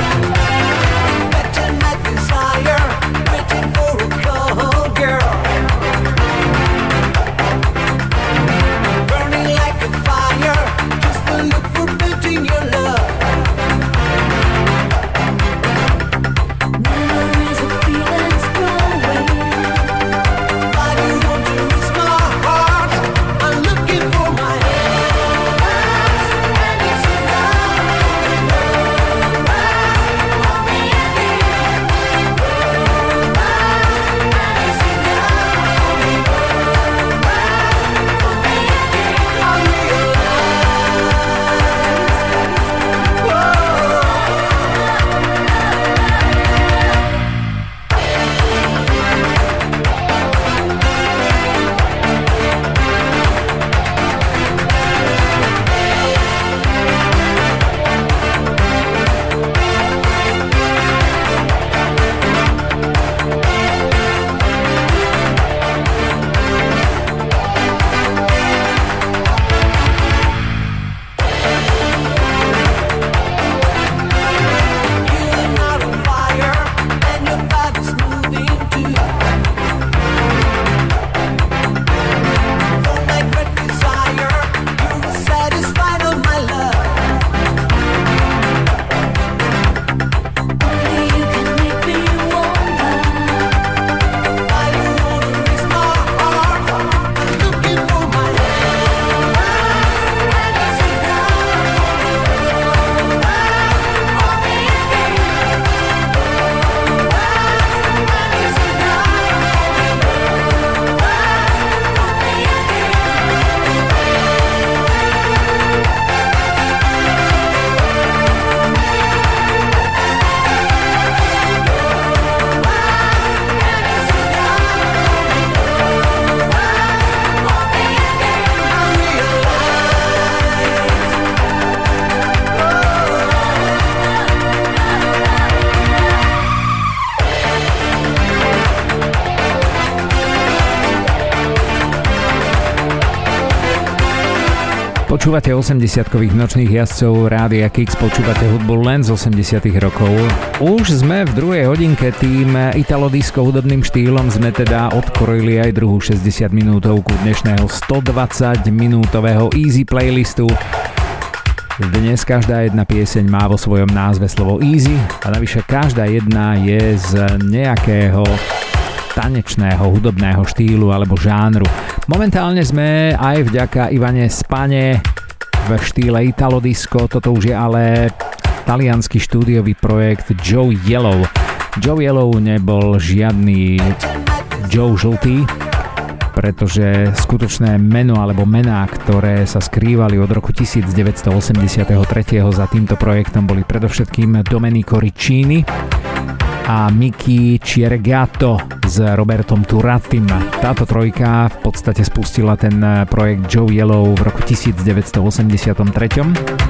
Počúvate osemdesiatkových nočných jazdcov Rádia Kix, počúvate hudbu len z osemdesiatych rokov. Už sme v druhej hodinke, tým italodisco hudobným štýlom sme teda odkrojili aj druhú šesťdesiat minútovku dnešného stodvadsať minútového Easy playlistu. Dnes každá jedna pieseň má vo svojom názve slovo Easy a navyše každá jedna je z nejakého tanečného hudobného štýlu alebo žánru. Momentálne sme aj vďaka Ivane Spáne v štýle Italo Disco, toto už je ale taliansky štúdiový projekt Joe Yellow. Joe Yellow nebol žiadny Joe Žltý, pretože skutočné meno alebo mená, ktoré sa skrývali od roku devätnásťstoosemdesiattri za týmto projektom, boli predovšetkým Domenico Riccini a Miki Ciergato s Robertom Turatim. Táto trojka v podstate spustila ten projekt Joe Yellow v roku devätnásťstoosemdesiattri.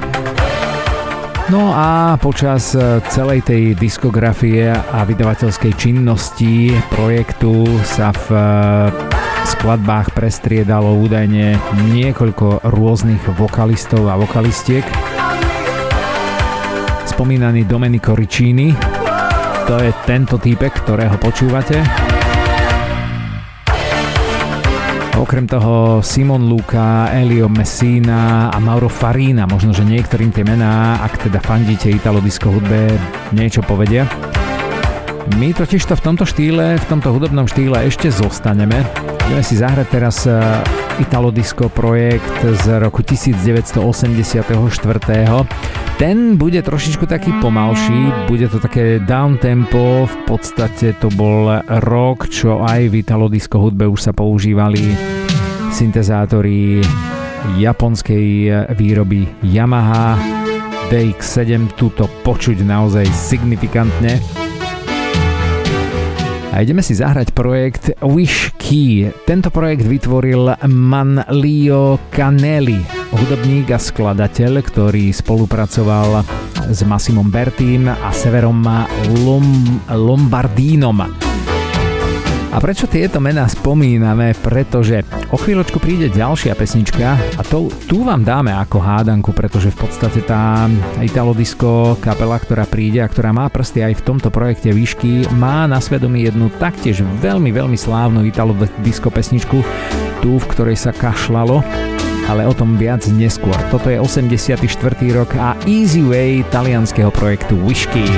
No a počas celej tej diskografie a vydavateľskej činnosti projektu sa v skladbách prestriedalo údajne niekoľko rôznych vokalistov a vokalistiek. Spomínaný Domenico Riccini, to je tento týpek, ktorého počúvate. Okrem toho Simon Luca, Elio Messina a Mauro Farina, možno, že niektorým tie mená, ak teda fandíte italodisco hudbe, niečo povedia. My totižto v tomto štýle, v tomto hudobnom štýle ešte zostaneme. Ideme si zahrať teraz italodisco projekt z roku devätnásťstoosemdesiatštyri. Ten bude trošičku taký pomalší, bude to také down tempo, v podstate to bol rok, čo aj v italodisco hudbe už sa používali syntezátory japonskej výroby Yamaha dé iks sedem, tu to počuť naozaj signifikantne. A ideme si zahrať projekt Wish Key. Tento projekt vytvoril Manlio Canelli, hudobník a skladateľ, ktorý spolupracoval s Massimom Bertim a Severom Lom- Lombardinom. A prečo tieto mená spomíname? Pretože o chvíľočku príde ďalšia pesnička a to, tu vám dáme ako hádanku, pretože v podstate tá italodisco kapela, ktorá príde a ktorá má prsty aj v tomto projekte Výšky, má na svedomí jednu taktiež veľmi, veľmi slávnu italodisco pesničku, tú, v ktorej sa kašľalo, ale o tom viac neskôr. Toto je osemdesiaty štvrtý rok a Easy Way talianskeho projektu Výšky.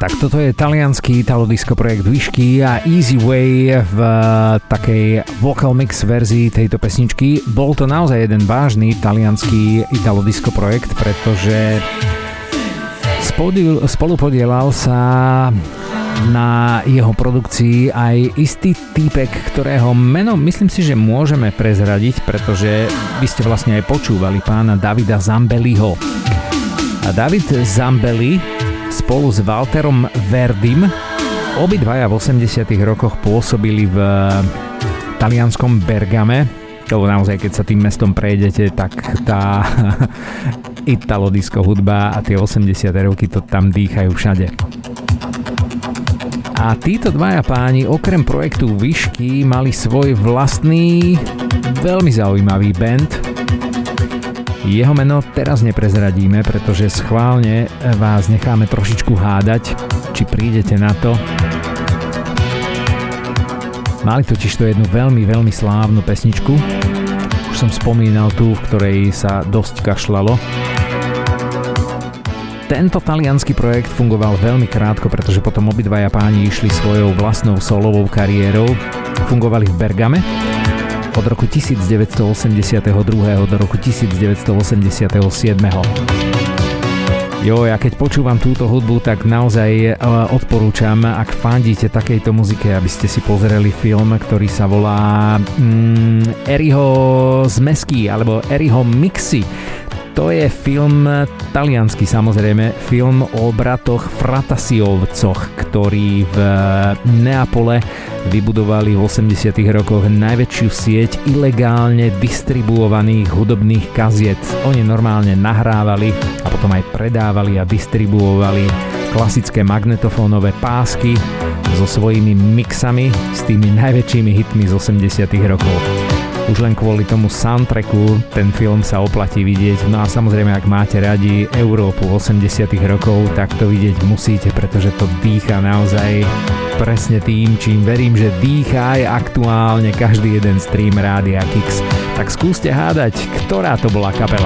Tak toto je taliansky italodisco projekt Whisky a Easy Way v takej vocal mix verzii tejto pesničky. Bol to naozaj jeden vážny taliansky italodisco projekt, pretože spolupodielal sa na jeho produkcii aj istý týpek, ktorého meno myslím si, že môžeme prezradiť, pretože vy ste vlastne aj počúvali pána Davida Zambelliho. A David Zambelli spolu s Walterom Verdim obidvaja v osemdesiatych rokoch pôsobili v talianskom Bergame. To naozaj, keď sa tým mestom prejdete, tak tá italodisco hudba a tie osemdesiate roky to tam dýchajú všade. A títo dvaja páni okrem projektu Whisky mali svoj vlastný, veľmi zaujímavý band. Jeho meno teraz neprezradíme, pretože schválne vás necháme trošičku hádať, či prídete na to. Mali totiž to jednu veľmi, veľmi slávnu pesničku. Už som spomínal tú, v ktorej sa dosť kašľalo. Tento taliansky projekt fungoval veľmi krátko, pretože potom obidvaja páni išli svojou vlastnou solovou kariérou. Fungovali v Bergame od roku devätnásťstoosemdesiatdva do roku devätnásťstoosemdesiatsedem. Jo, ja keď počúvam túto hudbu, tak naozaj odporúčam, ak fandíte takejto muzike, aby ste si pozreli film, ktorý sa volá mm, Eriho zmesky alebo Eriho mixy. To je film taliansky, samozrejme, film o bratoch Fratasiovcoch, ktorí v Neapole vybudovali v osemdesiatych rokoch najväčšiu sieť ilegálne distribuovaných hudobných kaziet. Oni normálne nahrávali a potom aj predávali a distribuovali klasické magnetofónové pásky so svojimi mixami s tými najväčšími hitmi z osemdesiatych rokov. Už len kvôli tomu soundtracku ten film sa oplatí vidieť. No a samozrejme, ak máte radi Európu osemdesiatych rokov, tak to vidieť musíte, pretože to dýcha naozaj presne tým, čím verím, že dýcha aj aktuálne každý jeden stream Rádia Kix. Tak skúste hádať, ktorá to bola kapela.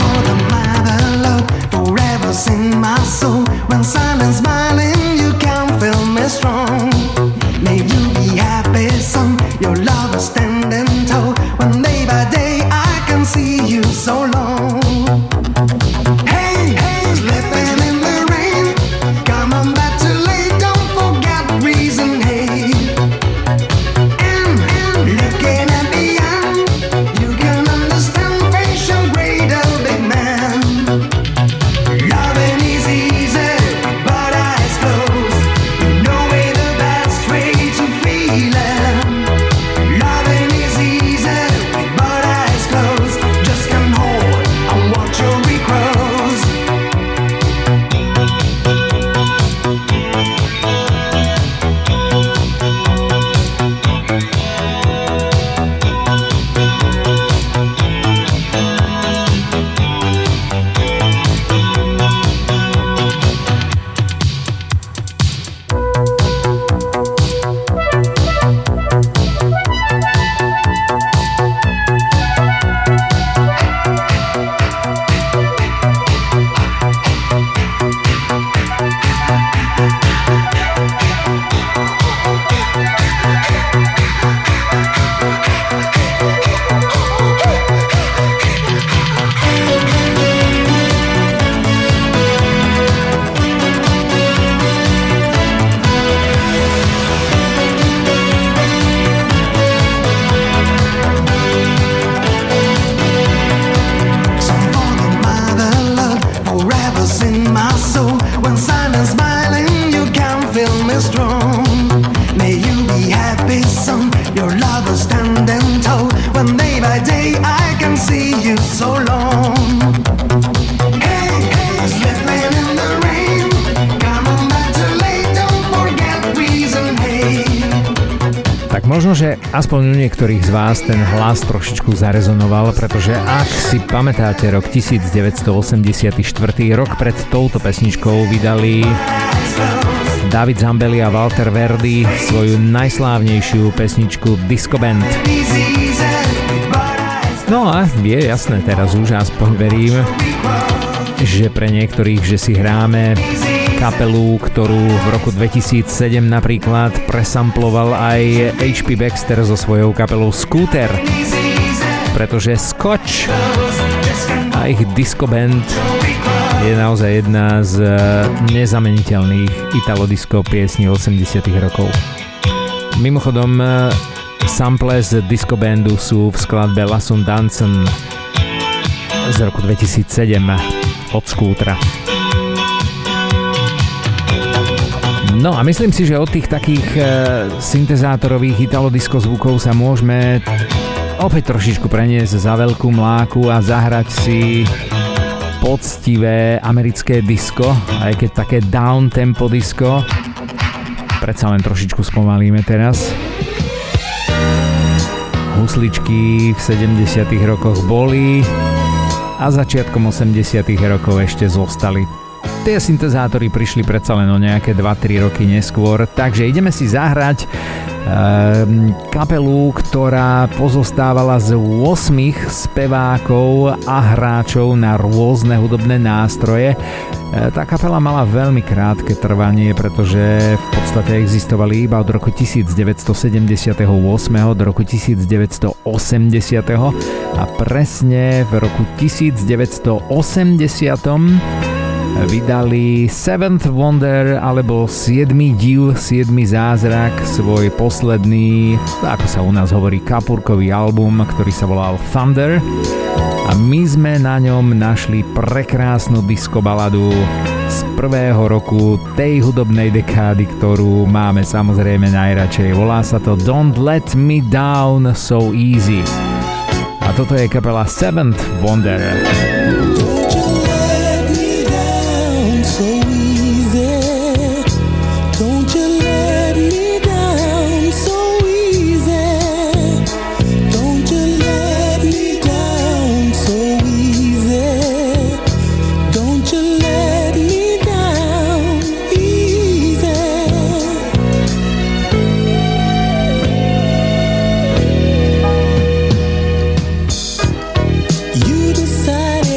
When day by day I can see you so long. Hey, hey, slipping in the rain. Come on back too late, don't forget reason, hey. And, and looking at the end, you can understand facial grade of big man. Loving is easy, but eyes closed. You know it the best way to feel it. Loving is easy. Možno, že aspoň u niektorých z vás ten hlas trošičku zarezonoval, pretože ak si pamätáte rok devätnásťstoosemdesiatštyri, rok pred touto pesničkou vydali David Zambelli a Walter Verdi svoju najslávnejšiu pesničku Disco Band. No a je jasné teraz už, aspoň verím, že pre niektorých, že si hráme kapelu, ktorú v roku dvetisícsedem napríklad presamploval aj há pé Baxter so svojou kapelou Scooter, pretože Scotch a ich disco band je naozaj jedna z nezameniteľných italodisco piesní osemdesiatych rokov. Mimochodom, sample z disco bandu sú v skladbe Lassen Dancen z roku dvetisícsedem od Scootera. No a myslím si, že od tých takých e, syntezátorových italodisco zvukov sa môžeme opäť trošičku preniesť za veľkú mláku a zahrať si poctivé americké disco, aj keď také down tempo disco. Predsa len trošičku spomalíme teraz. Husličky v sedemdesiatych rokoch boli a začiatkom osemdesiatych rokov ešte zostali. Tie syntezátory prišli predsa len o nejaké dva tri roky neskôr, takže ideme si zahrať e, kapelu, ktorá pozostávala z ôsmich spevákov a hráčov na rôzne hudobné nástroje. E, tá kapela mala veľmi krátke trvanie, pretože v podstate existovali iba od roku devätnásťsedemdesiatosem do roku devätnásťosemdesiat a presne v roku devätnásťosemdesiat vydali Seventh Wonder alebo siedmy div, siedmy zázrak, svoj posledný, ako sa u nás hovorí, kapurkový album, ktorý sa volal Thunder, a my sme na ňom našli prekrásnu disco baladu z prvého roku tej hudobnej dekády, ktorú máme samozrejme najradšej. Volá sa to Don't Let Me Down So Easy a toto je kapela Seventh Wonder. You decided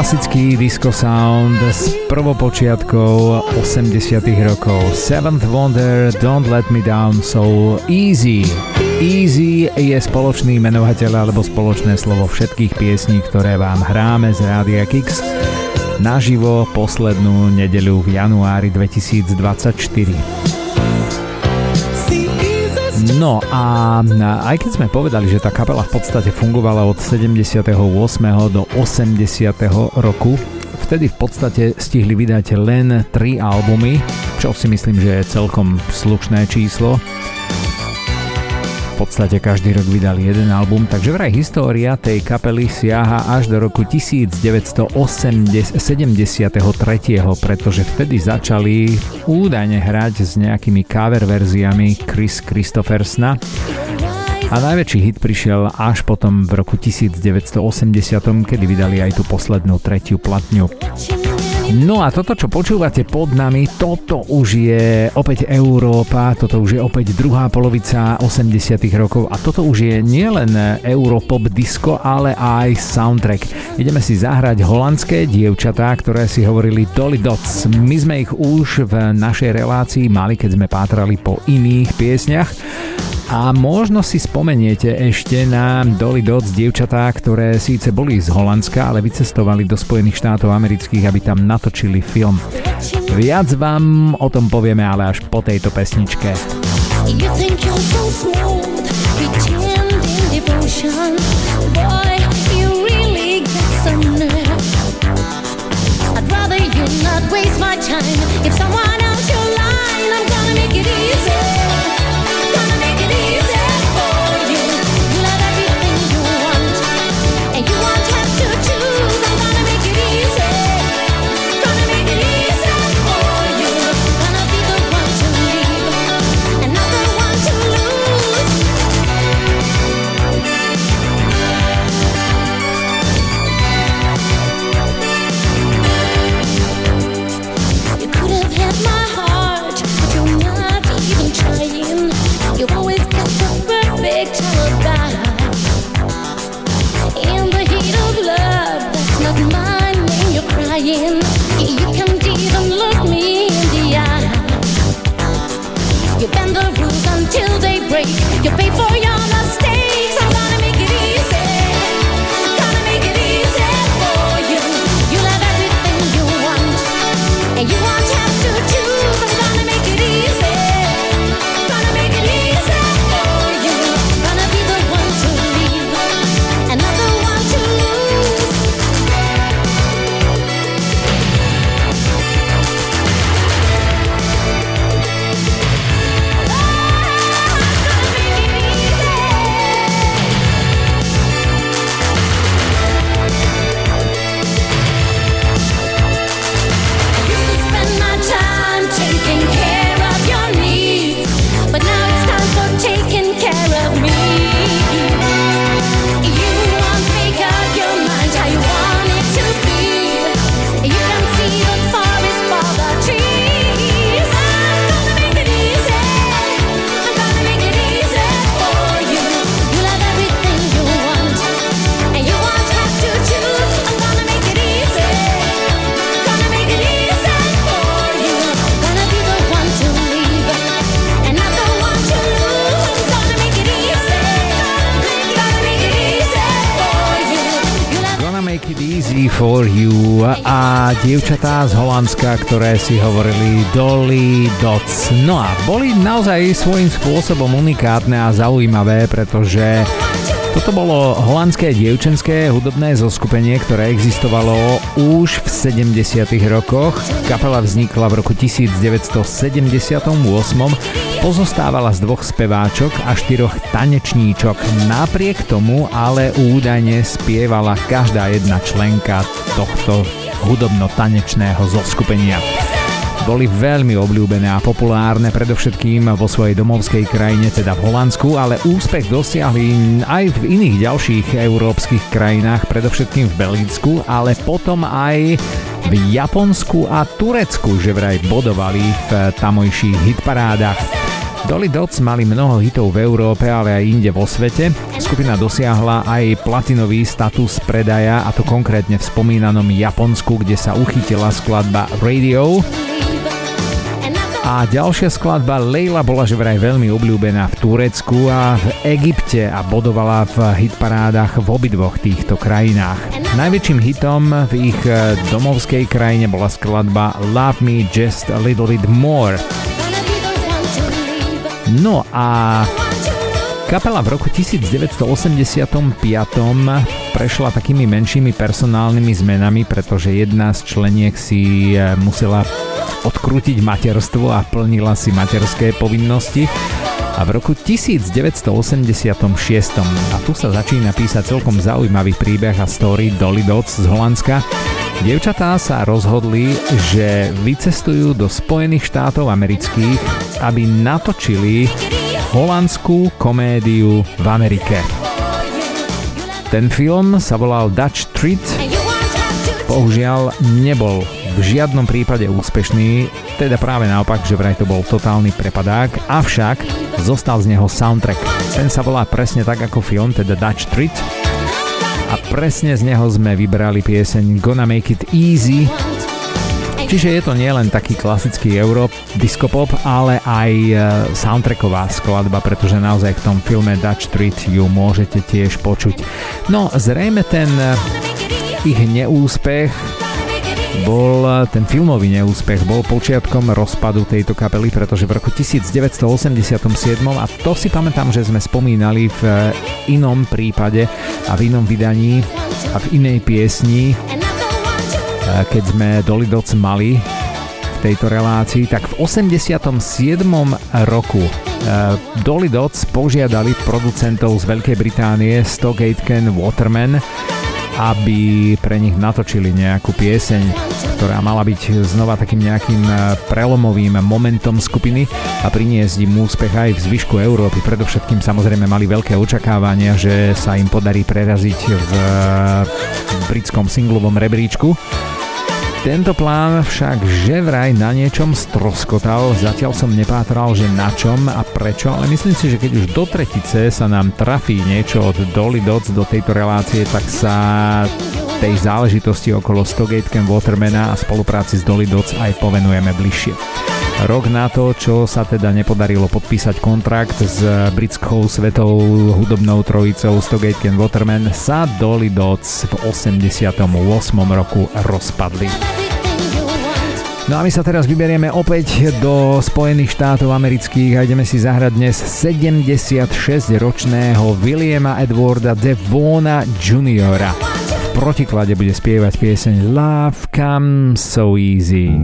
klasický disco sound z prvopočiatkov osemdesiatych rokov. Seventh Wonder, Don't Let Me Down So Easy. Easy je spoločný menovateľ alebo spoločné slovo všetkých piesní, ktoré vám hráme z Rádia Kix naživo poslednú nedeľu v januári dvetisícdvadsaťštyri. No a aj keď sme povedali, že tá kapela v podstate fungovala od sedemdesiateho ôsmeho do osemdesiateho roku, vtedy v podstate stihli vydať len tri albumy, čo si myslím, že je celkom slušné číslo. V podstate každý rok vydali jeden album, takže vraj história tej kapely siaha až do roku devätnásťsedemdesiattri, pretože vtedy začali údajne hrať s nejakými cover verziami Chris Christophersona a najväčší hit prišiel až potom v roku devätnásťosemdesiat, kedy vydali aj tú poslednú tretiu platňu. No a toto, čo počúvate pod nami, toto už je opäť Európa, toto už je opäť druhá polovica osemdesiatych rokov a toto už je nielen Europop disco, ale aj soundtrack. Ideme si zahrať holandské dievčatá, ktoré si hovorili Dolly Dots. My sme ich už v našej relácii mali, keď sme pátrali po iných piesniach. A možno si spomeniete ešte na Dolly Dots, dievčatá, ktoré síce boli z Holandska, ale vycestovali do Spojených štátov amerických, aby tam natočili film. Viac vám o tom povieme ale až po tejto pesničke. You think you're so smooth, pretending devotion. Boy, you really got some nerve. I'd rather you not waste my time. If someone else you're lying, I'm gonna make it easy. You've always got the perfect alibi. In the heat of love, that's not mine when you're crying. You can't even look me in the eye. You bend the rules until they break. You pay for your mistakes. I'm gonna make it easy. Gonna make it easy for you. You'll have everything you want, and you won't have to choose. I'm gonna make it easy. For You a dievčatá z Holandska, ktoré si hovorili Dolly Dots. No a boli naozaj svojím spôsobom unikátne a zaujímavé, pretože toto bolo holandské dievčenské hudobné zoskupenie, ktoré existovalo už v sedemdesiatych rokoch. Kapela vznikla v roku devätnásťsedemdesiatosem. Pozostávala z dvoch speváčok a štyroch tanečníčok. Napriek tomu ale údajne spievala každá jedna členka tohto hudobno-tanečného zoskupenia. Boli veľmi obľúbené a populárne predovšetkým vo svojej domovskej krajine, teda v Holandsku, ale úspech dosiahli aj v iných ďalších európskych krajinách, predovšetkým v Belgicku, ale potom aj v Japonsku a Turecku, že vraj bodovali v tamojších hitparádach. Dolly Dots mali mnoho hitov v Európe, ale aj inde vo svete. Skupina dosiahla aj platinový status predaja, a to konkrétne v spomínanom Japonsku, kde sa uchytila skladba Radio. A ďalšia skladba Leila bola že vraj veľmi obľúbená v Turecku a v Egypte a bodovala v hitparádach v obidvoch týchto krajinách. Najväčším hitom v ich domovskej krajine bola skladba Love Me Just a Little Bit More. No a kapela v roku devätnásťstoosemdesiatpäť prešla takými menšími personálnymi zmenami, pretože jedna z členiek si musela odkrútiť materstvo a plnila si materské povinnosti. A v roku devätnásťstoosemdesiatšesť, a tu sa začína písať celkom zaujímavý príbeh a story Dolly Dots z Holandska, dievčatá sa rozhodli, že vycestujú do Spojených štátov amerických, aby natočili holandskú komédiu v Amerike. Ten film sa volal Dutch Street. Bohužiaľ nebol v žiadnom prípade úspešný, teda práve naopak, že vraj to bol totálny prepadák, avšak zostal z neho soundtrack. Ten sa volá presne tak ako film, teda Dutch Street, a presne z neho sme vybrali pieseň Gonna Make It Easy. Čiže je to nielen taký klasický euro disco pop, ale aj soundtracková skladba, pretože naozaj v tom filme Dutch Street ju môžete tiež počuť. No, zrejme ten ich neúspech bol, ten filmový neúspech bol počiatkom rozpadu tejto kapely, pretože v roku devätnásťstoosemdesiatsedem, a to si pamätám, že sme spomínali v inom prípade a v inom vydaní a v inej piesni, keď sme Dolly Dots mali v tejto relácii, tak v osemdesiatom siedmom roku Dolly Dots požiadali producentov z Veľkej Británie Stock Aitken Waterman, aby pre nich natočili nejakú pieseň, ktorá mala byť znova takým nejakým prelomovým momentom skupiny a priniesť im úspech aj v zvyšku Európy. Predovšetkým samozrejme mali veľké očakávania, že sa im podarí preraziť v britskom singlovom rebríčku. Tento plán však že vraj na niečom stroskotal, zatiaľ som nepátral, že na čom a prečo, ale myslím si, že keď už do tretice sa nám trafí niečo od Dolly Dots do tejto relácie, tak sa tej záležitosti okolo Stock Aitken Watermana a spolupráci s Dolly Dots aj povenujeme bližšie. Rok na to, čo sa teda nepodarilo podpísať kontrakt s britskou svetovou hudobnou trojicou Stock Aitken Waterman, sa Dolly Dots v osemdesiatom ôsmom roku rozpadli. No a my sa teraz vyberieme opäť do Spojených štátov amerických a ideme si zahrať dnes sedemdesiatšesťročného Williama Edwarda Devona juniora V protiklade bude spievať pieseň Love Comes So Easy.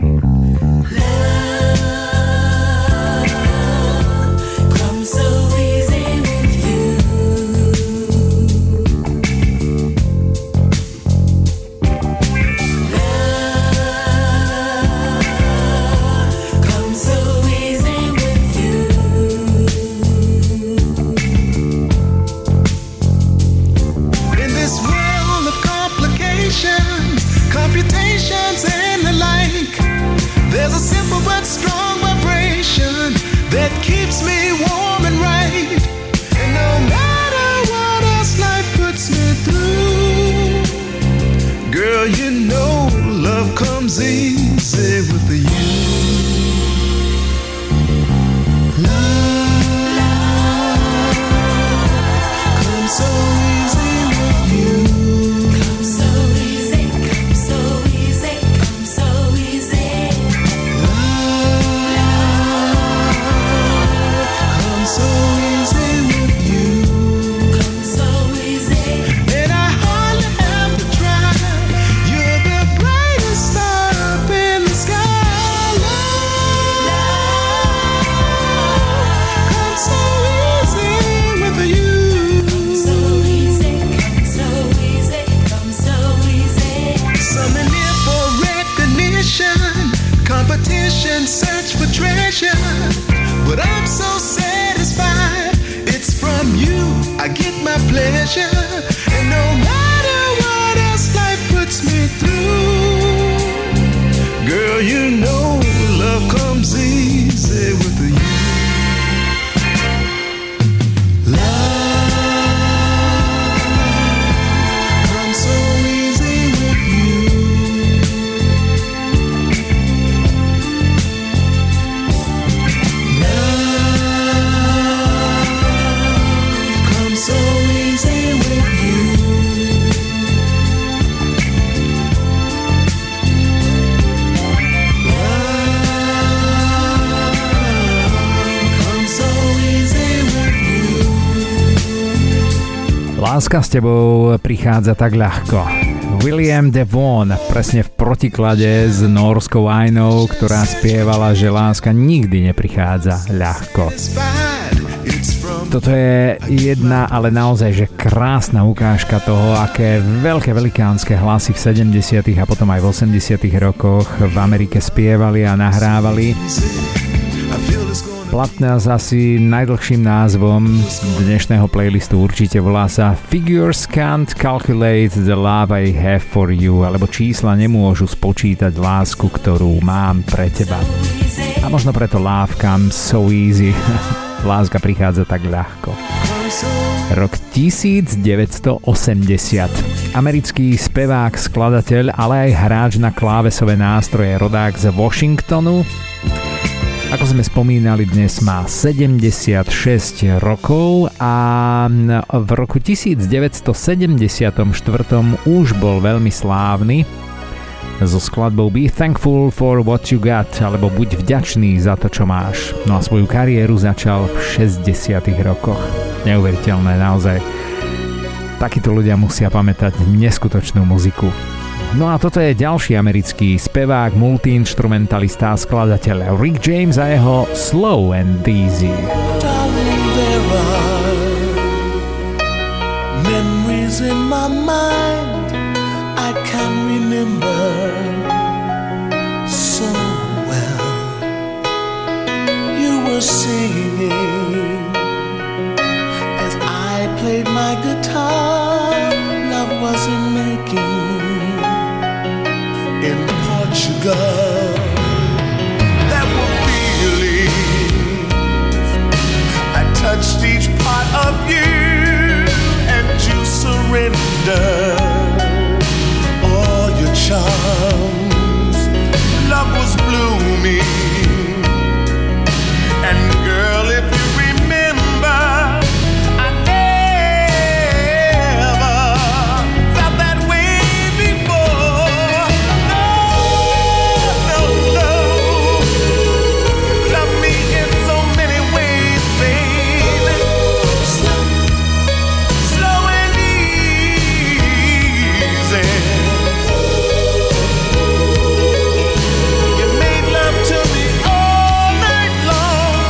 Láska s tebou prichádza tak ľahko. William Devon, presne v protiklade s nórskou Ainou, ktorá spievala, že láska nikdy neprichádza ľahko. Toto je jedna, ale naozaj, že krásna ukážka toho, aké veľké velikánske hlasy v sedemdesiatych a potom aj v osemdesiatych rokoch v Amerike spievali a nahrávali. Platná s asi najdlhším názvom dnešného playlistu určite volá sa Figures Can't Calculate the Love I Have for You, alebo čísla nemôžu spočítať lásku, ktorú mám pre teba. A možno preto Love Comes So Easy. Láska prichádza tak ľahko. Rok devätnásťstoosemdesiat. Americký spevák, skladateľ, ale aj hráč na klávesové nástroje, rodák z Washingtonu. Ako sme spomínali, dnes má sedemdesiatšesť rokov a v roku devätnásťstosedemdesiatštyri už bol veľmi slávny so skladbou Be Thankful for What You Got, alebo Buď vďačný za to, čo máš. No a svoju kariéru začal v šesťdesiatych rokoch. Neuveriteľné, naozaj. Takíto ľudia musia pamätať neskutočnú muziku. No a toto je ďalší americký spevák, multiinstrumentalista a skladateľ Rick James a jeho Slow and Easy. Darling, there are memories in my mind I can remember so well. You were singing as I played my guitar. Love wasn't making in Portugal. There were feelings. I touched each part of you and you surrendered all your charms. Love was blooming. And girl, if you remember, I never felt that way before. No, no, no. Love me in so many ways, baby. Slow, slow and easy. You made love to me all night long.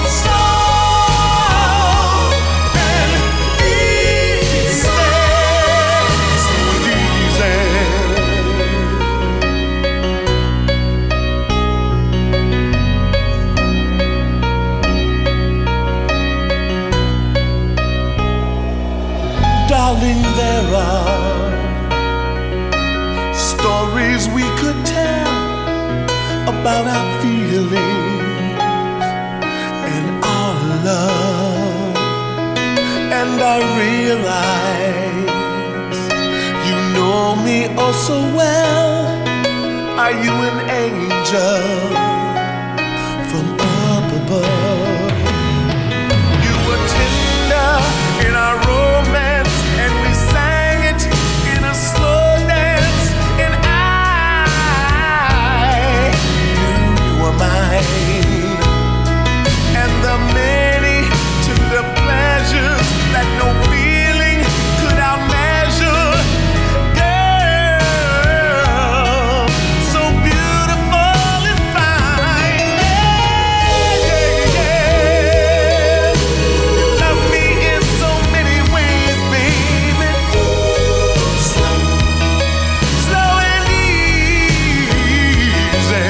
Slow and easy. Slow and easy. Darling, there are stories we could tell about our feelings and our love. And I realize you know me oh so well. Are you an angel from up above? You were tender in our romance, and we sang it in a slow dance. And I knew you were mine, and the many tender pleasures that no feeling could outmeasure. Girl, so beautiful and fine. Yeah, yeah, yeah. You love me in so many ways, baby. Slow, slow and easy.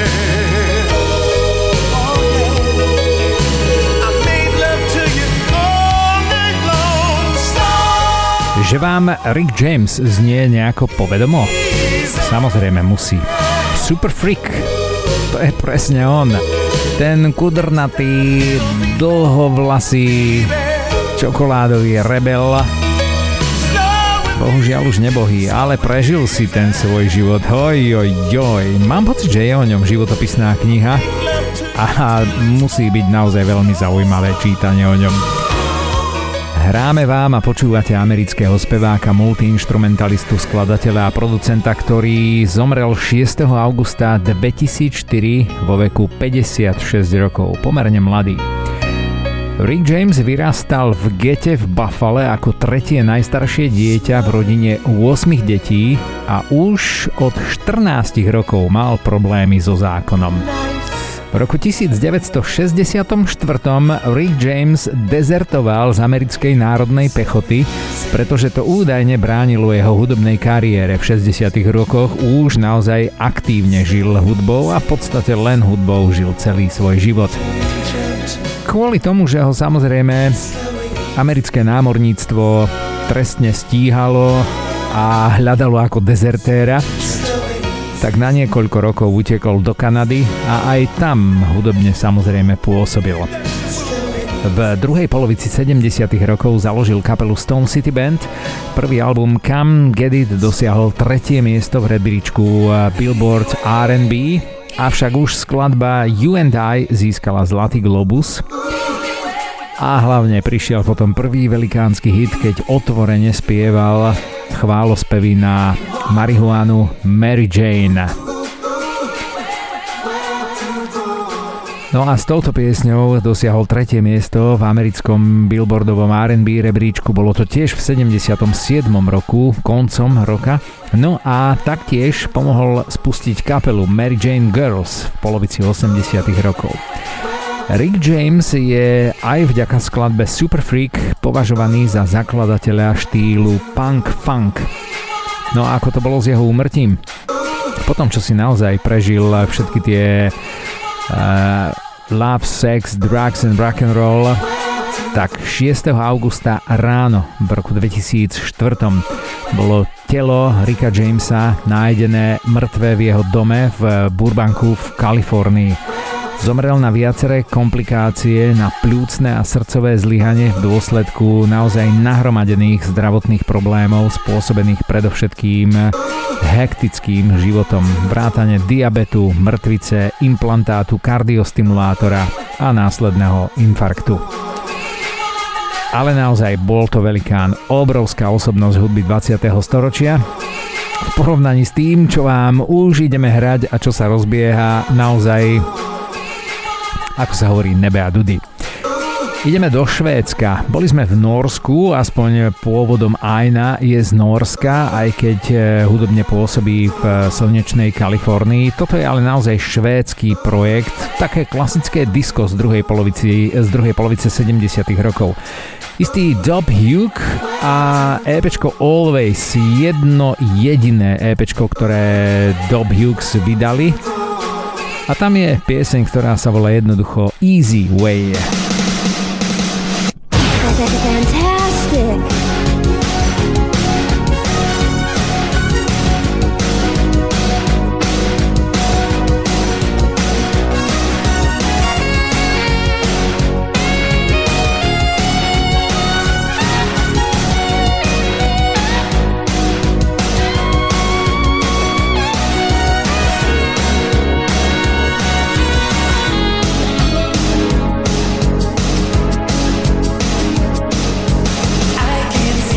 Oh yeah. I made love to you all night long. Slow, Že vám Rick James znie nejako povedomo? Samozrejme musí. Super Freak, to je presne on. Ten kudrnatý, dlhovlasý, čokoládový rebel. Bohužiaľ už nebohý, ale prežil si ten svoj život. Oj, oj, oj. Mám pocit, že je o ňom životopisná kniha a musí byť naozaj veľmi zaujímavé čítanie o ňom. Hráme vám a počúvate amerického speváka, multiinstrumentalistu, skladateľa a producenta, ktorý zomrel šiesteho augusta dvetisícštyri vo veku päťdesiatšesť rokov, pomerne mladý. Rick James vyrastal v gete v Buffale ako tretie najstaršie dieťa v rodine ôsmich detí a už od štrnástich rokov mal problémy so zákonom. V roku devätnásťstošesťdesiatštyri Rick James dezertoval z americkej národnej pechoty, pretože to údajne bránilo jeho hudobnej kariére. V šesťdesiatych rokoch už naozaj aktívne žil hudbou a v podstate len hudbou žil celý svoj život. Kvôli tomu, že ho samozrejme americké námorníctvo trestne stíhalo a hľadalo ako dezertéra, tak na niekoľko rokov utekol do Kanady a aj tam hudobne samozrejme pôsobil. V druhej polovici sedemdesiatych rokov založil kapelu Stone City Band. Prvý album Come Get It dosiahol tretie miesto v rebríčku Billboard R and B, avšak už skladba You and I získala Zlatý globus. A hlavne prišiel potom prvý velikánsky hit, keď otvorene spieval chválospevy na marihuánu Mary Jane. No a s touto piesňou dosiahol tretie miesto v americkom billboardovom R and B rebríčku. Bolo to tiež v sedemdesiatom siedmom roku, koncom roka. No a taktiež pomohol spustiť kapelu Mary Jane Girls v polovici osemdesiatych rokov. Rick James je aj vďaka skladbe Super Freak považovaný za zakladateľa štýlu punk funk. No a ako to bolo s jeho úmrtím? Potom, čo si naozaj prežil všetky tie uh, love, sex, drugs and rock and roll, tak šiesteho augusta ráno v roku dvetisícštyri bolo telo Ricka Jamesa nájdené mŕtve v jeho dome v Burbanku v Kalifornii. Zomrel na viaceré komplikácie, na pľúcne a srdcové zlyhanie v dôsledku naozaj nahromadených zdravotných problémov spôsobených predovšetkým hektickým životom, vrátane diabetu, mŕtvice, implantátu kardiostimulátora a následného infarktu. Ale naozaj bol to velikán, obrovská osobnosť hudby dvadsiateho storočia. V porovnaní s tým, čo vám už ideme hrať a čo sa rozbieha, naozaj, ako sa hovorí, nebe a dudy. Ideme do Švédska. Boli sme v Norsku, aspoň pôvodom Aina je z Norska, aj keď hudobne pôsobí v slnečnej Kalifornii. Toto je ale naozaj švédsky projekt, také klasické disco z druhej polovici, z druhej polovice sedemdesiatych rokov. Istý Dob Hugh a EPčko Always, jedno jediné EPčko, ktoré Dob Hughes vydali. A tam je pieseň, ktorá sa volá jednoducho Easy Way. Fantastic! I can't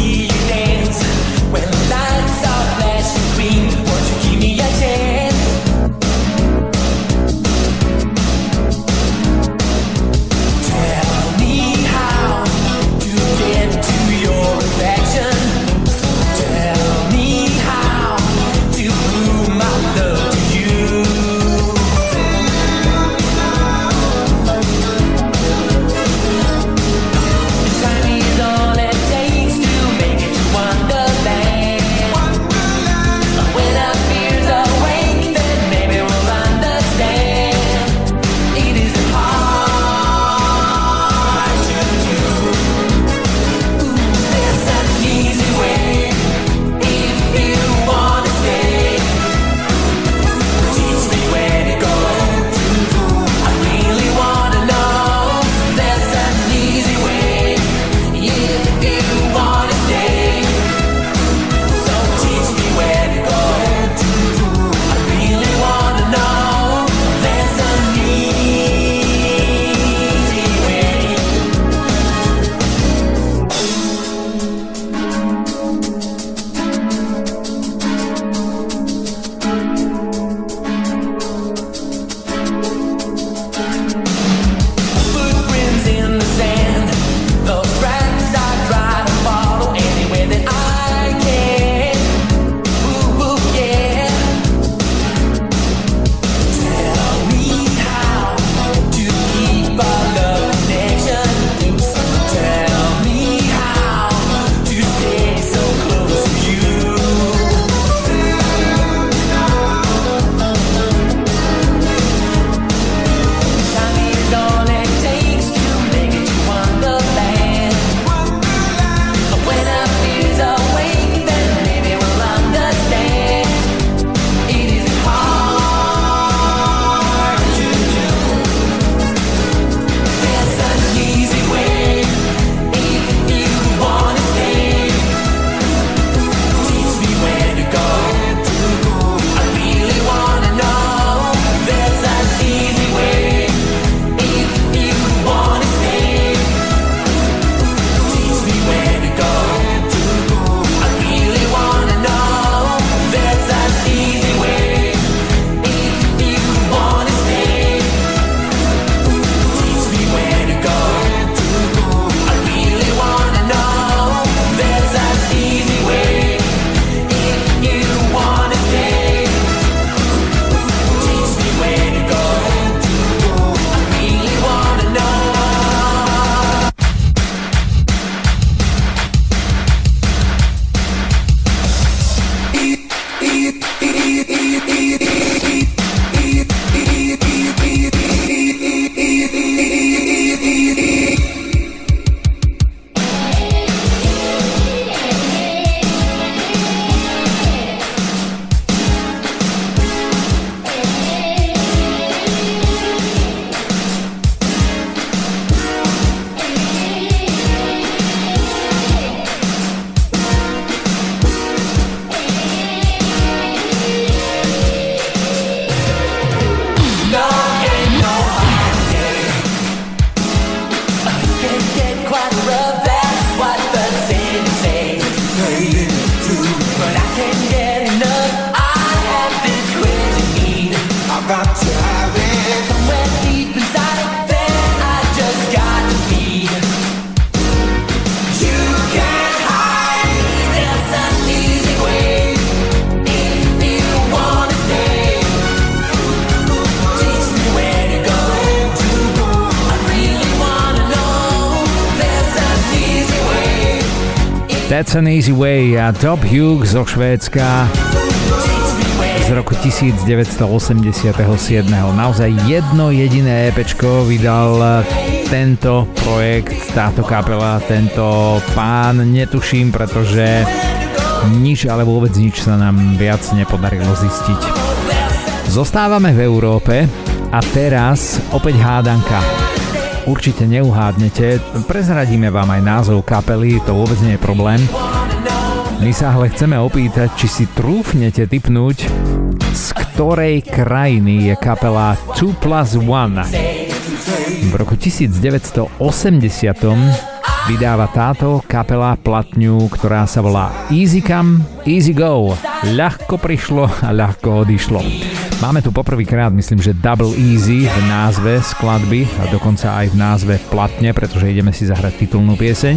That's an Easy Way a Top Hugh zo Švédska z roku devätnásťstoosemdesiatsedem. Naozaj jedno jediné EPčko vydal tento projekt, táto kapela, tento pán. Netuším, pretože nič, ale vôbec nič sa nám viac nepodarilo zistiť. Zostávame v Európe a teraz opäť hádanka. Určite neuhádnete, prezradíme vám aj názov kapely, to vôbec nie je problém. My sa ale chceme opýtať, či si trúfnete tipnúť, z ktorej krajiny je kapela two plus one. V roku devätnásťstoosemdesiat vydáva táto kapela platňu, ktorá sa volá Easy Come, Easy Go. Ľahko prišlo a ľahko odišlo. Máme tu poprvýkrát, myslím, že Double Easy v názve skladby a dokonca aj v názve platne, pretože ideme si zahrať titulnú pieseň.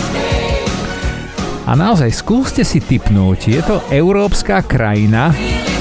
A naozaj skúste si tipnúť, je to európska krajina.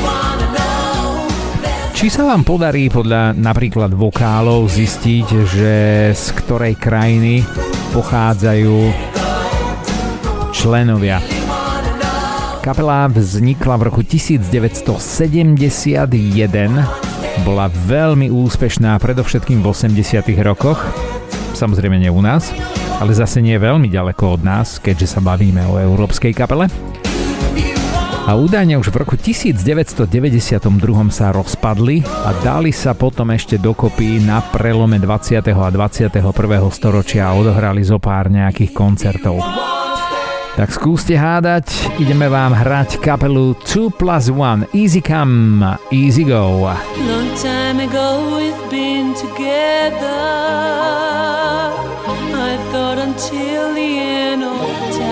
Či sa vám podarí podľa napríklad vokálov zistiť, že z ktorej krajiny pochádzajú členovia. Kapela vznikla v roku devätnásťstosedemdesiatjeden, bola veľmi úspešná predovšetkým v osemdesiatych rokoch, samozrejme nie u nás, ale zase nie veľmi ďaleko od nás, keďže sa bavíme o európskej kapele. A údajne už v roku devätnásťstodeväťdesiatdva sa rozpadli a dali sa potom ešte dokopy na prelome dvadsiateho a dvadsiateho prvého storočia a odohrali zo pár nejakých koncertov. Tak skúste hádať, ideme vám hrať kapelu two plus one, Easy Come, Easy Go. Long time ago we've been together, I thought until the end of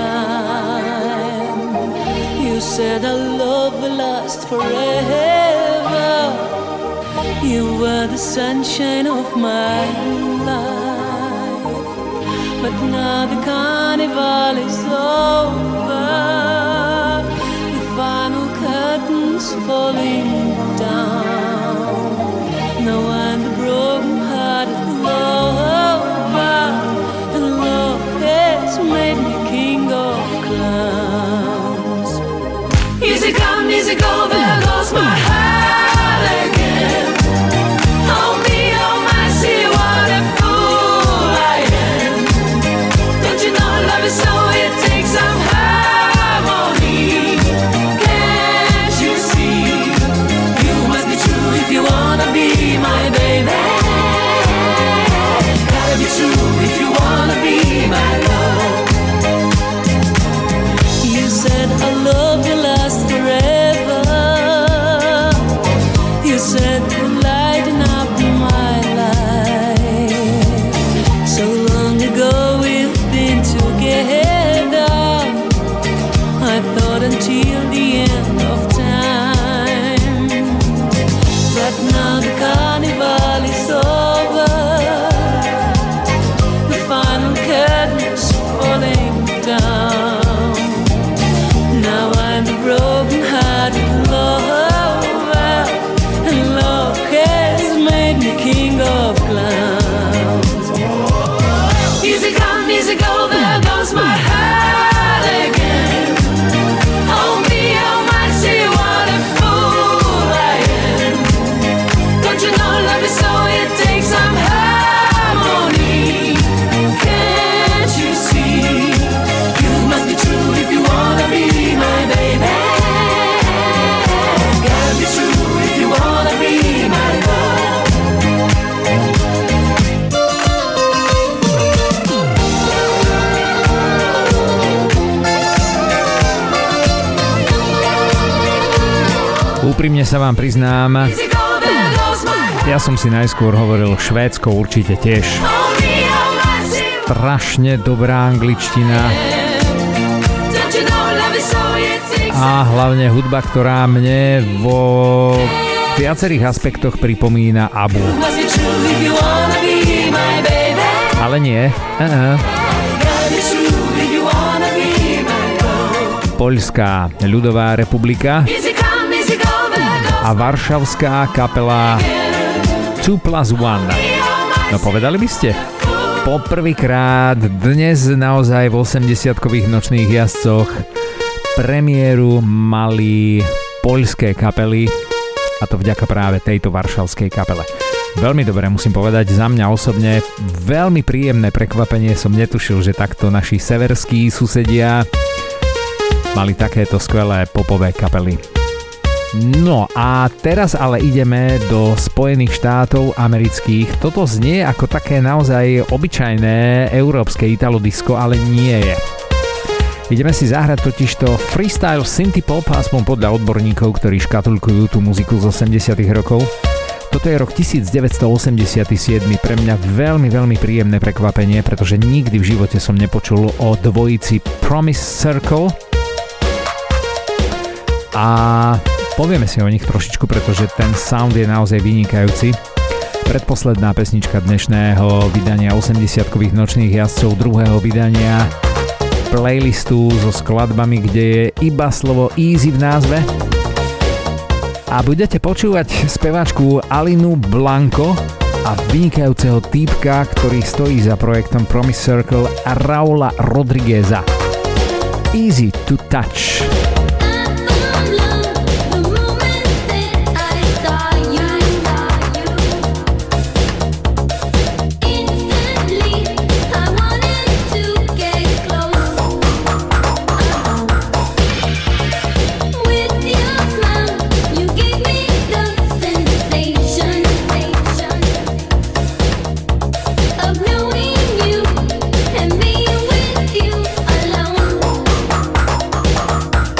time. You said our love will last forever, you were the sunshine of my life. But now the carnival is over, the final curtain's falling down. Now I'm the broken-hearted lover, and love has made me king of clowns. Easy come, easy go, there goes my heart again. Oh me, oh my, see what a fool I am. So it takes some harmony. Can't you see? You must be true if you wanna be my baby. Gotta be true if you wanna be my love. You said our love will last forever. You said we'll lighten up my life. So long ago we've been together, I thought until the end of time. But now the carnival is over, the final curtain's falling down. Now I'm the broken-hearted lover, and love has made me king of clowns. Easy come, easy go, there goes my heart again. Oh me, oh my, see what a fool I am. Don't you know love is so, it takes some harmony. Can't you see? You must be true if you wanna be my baby. Gotta be true if you wanna be my love. Úprimne sa vám priznám, ja som si najskôr hovoril Švédsko, určite tiež. Strašne dobrá angličtina a hlavne hudba, ktorá mne vo viacerých aspektoch pripomína Abu. Ale nie. Uh-uh. Poľská ľudová republika a varšavská kapela two plus one. No povedali by ste? poprvýkrát dnes naozaj v osemdesiatkových nočných jazdcoch premiéru mali poľské kapely, a to vďaka práve tejto varšavskej kapele. Veľmi dobre, musím povedať, za mňa osobne veľmi príjemné prekvapenie, som netušil, že takto naši severskí susedia mali takéto skvelé popové kapely. No a teraz ale ideme do Spojených štátov amerických. Toto znie ako také naozaj obyčajné európske italodisko, ale nie je. Ideme si zahrať totižto freestyle synthpop, aspoň podľa odborníkov, ktorí škatulkujú tú muziku z osemdesiatych rokov. Toto je rok devätnásťstoosemdesiatsedem, pre mňa veľmi, veľmi príjemné prekvapenie, pretože nikdy v živote som nepočul o dvojici Promise Circle. A povieme si o nich trošičku, pretože ten sound je naozaj vynikajúci. Predposledná pesnička dnešného vydania osemdesiatkových nočných jazdcov, druhého vydania playlistu so skladbami, kde je iba slovo easy v názve. A budete počúvať speváčku Alinu Blanco a vynikajúceho týpka, ktorý stojí za projektom Promise Circle, a Raula Rodrigueza. Easy to touch. Alone.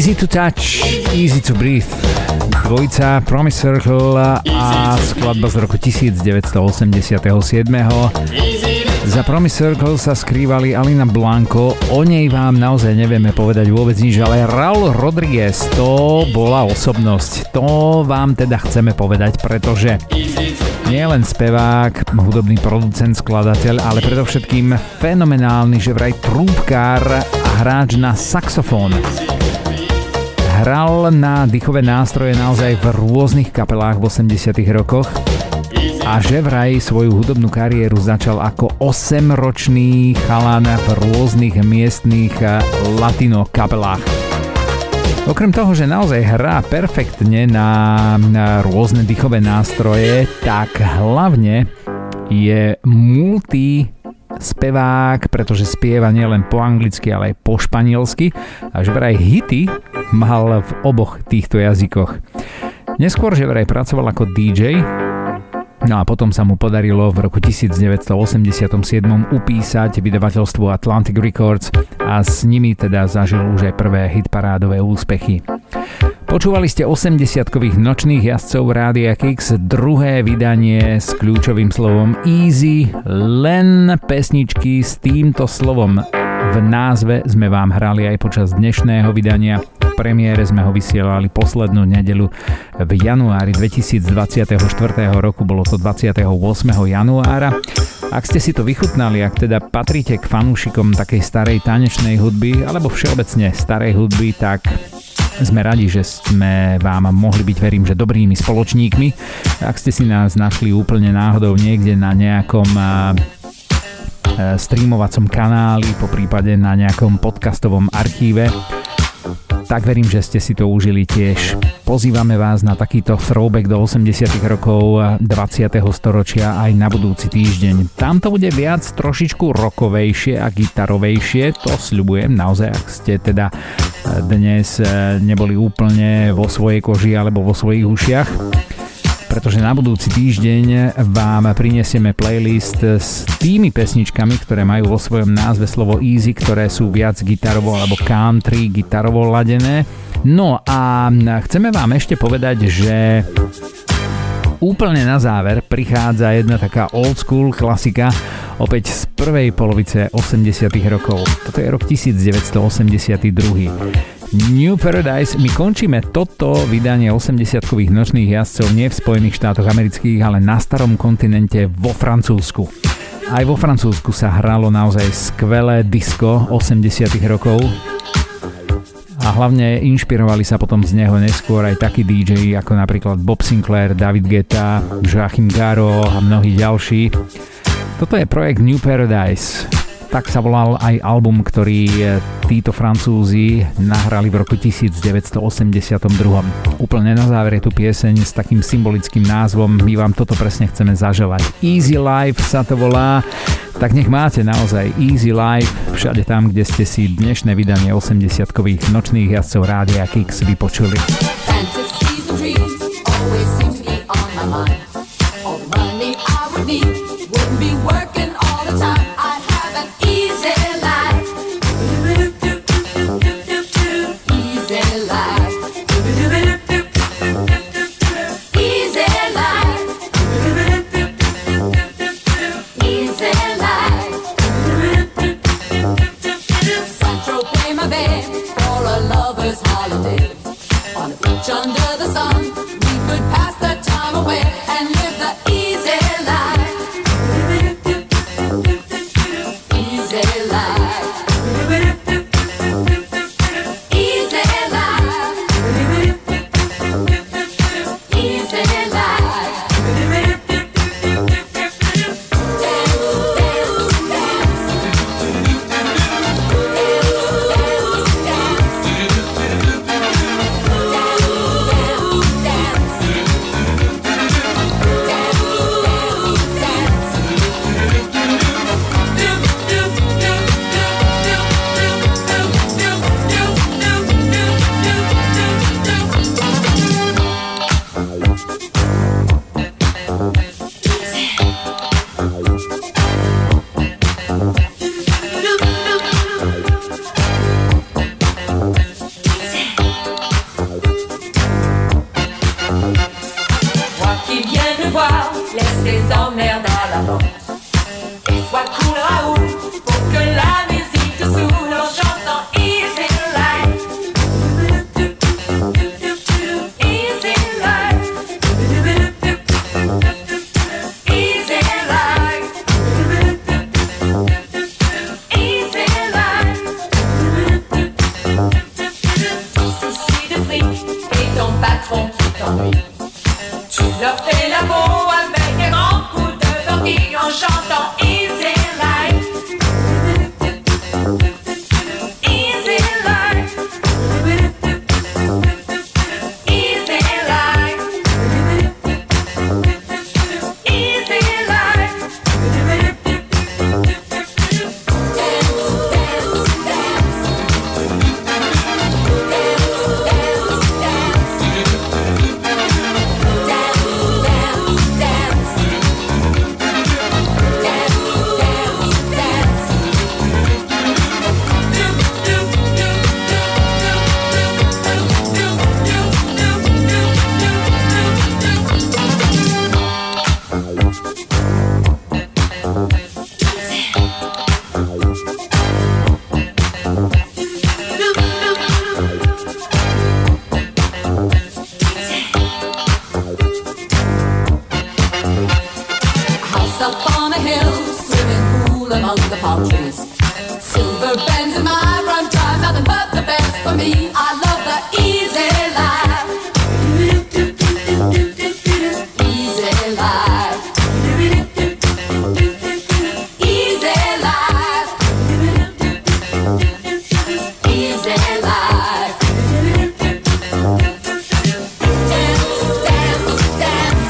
Easy to touch, easy to breathe. Dvojica Promise Circle a skladba z roku devätnásťstoosemdesiatsedem. Za Promise Circle sa skrývali Alina Blanco, o nej vám naozaj nevieme povedať vôbec nič, ale Raul Rodriguez, to bola osobnosť. To vám teda chceme povedať, pretože nie len spevák, hudobný producent, skladateľ, ale predovšetkým fenomenálny, že vraj trúbkár a hráč na saxofón. Hral na dýchové nástroje naozaj v rôznych kapelách v osemdesiatych rokoch a že vraj svoju hudobnú kariéru začal ako osemročný chalan v rôznych miestnych latino kapelách. Okrem toho, že naozaj hrá perfektne na, na rôzne dýchové nástroje, tak hlavne je multi spevák, pretože spieva nielen po anglicky, ale aj po španielsky a že vraj hity mal v oboch týchto jazykoch. Neskôr, že vraj pracoval ako dý džej, no a potom sa mu podarilo v roku devätnásťstoosemdesiatsedem upísať vydavateľstvo Atlantic Records a s nimi teda zažil už aj prvé hitparádové úspechy. Počúvali ste osemdesiatkových nočných jazdcov Rádia Kix, druhé vydanie s kľúčovým slovom Easy, len pesničky s týmto slovom v názve sme vám hrali aj počas dnešného vydania. V premiére sme ho vysielali poslednú nedeľu v januári dvetisícdvadsaťštyri roku, bolo to dvadsiateho ôsmeho januára. Ak ste si to vychutnali, ak teda patríte k fanúšikom takej starej tanečnej hudby alebo všeobecne starej hudby, tak sme radi, že sme vám mohli byť, verím, že dobrými spoločníkmi. Ak ste si nás našli úplne náhodou niekde na nejakom streamovacom kanáli, po prípade na nejakom podcastovom archíve, tak verím, že ste si to užili tiež. Pozývame vás na takýto throwback do osemdesiatych rokov dvadsiateho storočia aj na budúci týždeň. Tam to bude viac trošičku rockovejšie a gitarovejšie, to sľubujem naozaj, ak ste teda dnes neboli úplne vo svojej koži alebo vo svojich ušiach, pretože na budúci týždeň vám prinesieme playlist s tými pesničkami, ktoré majú vo svojom názve slovo easy, ktoré sú viac gitarovo alebo country gitarovo ladené. No a chceme vám ešte povedať, že úplne na záver prichádza jedna taká old school klasika, opäť z prvej polovice osemdesiatych rokov. Toto je rok devätnásťstoosemdesiatdva. New Paradise. My končíme toto vydanie osemdesiatkových nočných jazdcov nie v Spojených štátoch amerických, ale na starom kontinente vo Francúzsku. Aj vo Francúzsku sa hralo naozaj skvelé disco osemdesiatych rokov a hlavne inšpirovali sa potom z neho neskôr aj takí dý džeji ako napríklad Bob Sinclair, David Guetta, Joachim Garraud a mnohí ďalší. Toto je projekt New Paradise. Tak sa volal aj album, ktorý títo Francúzi nahrali v roku devätnásťstoosemdesiatdva. Úplne na záver je tu pieseň s takým symbolickým názvom, my vám toto presne chceme zaželať. Easy Life sa to volá, tak nech máte naozaj Easy Life všade tam, kde ste si dnešné vydanie osemdesiatkových nočných jazdcov Rádia Kix vypočuli. Fantasies and dreams always seem to be on my mind. All the money I would need wouldn't be working all the time. I'd have an easy life. Easy life. Easy life. Easy life. Sancho pay my bed for a lover's holiday. On the beach under the sun, we could pass the time away and live the easy life. on a hill, swimming pool among the palm trees. Silver bands in my front drive, nothing but the best for me. I love the easy life. Easy life. Easy life. Easy life. Dance, dance, dance.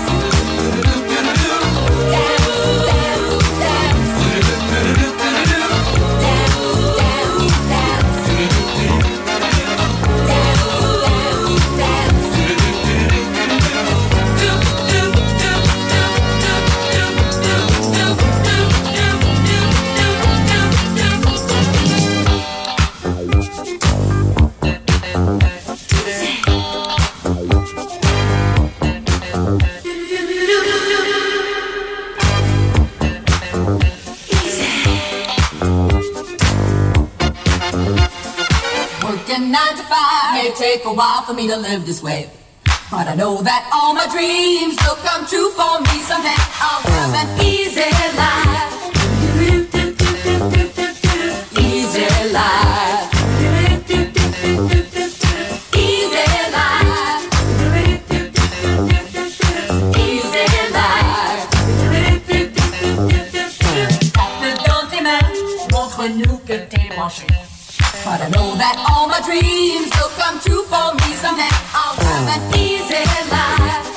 Working nine to five may take a while for me to live this way, but I know that all my dreams will come true for me someday. I'll have an easy life. Easy life. Easy life. Easy life. After Dante Man wants a new container machine, but I know that all my dreams will come true for me someday. I'll have an easy life.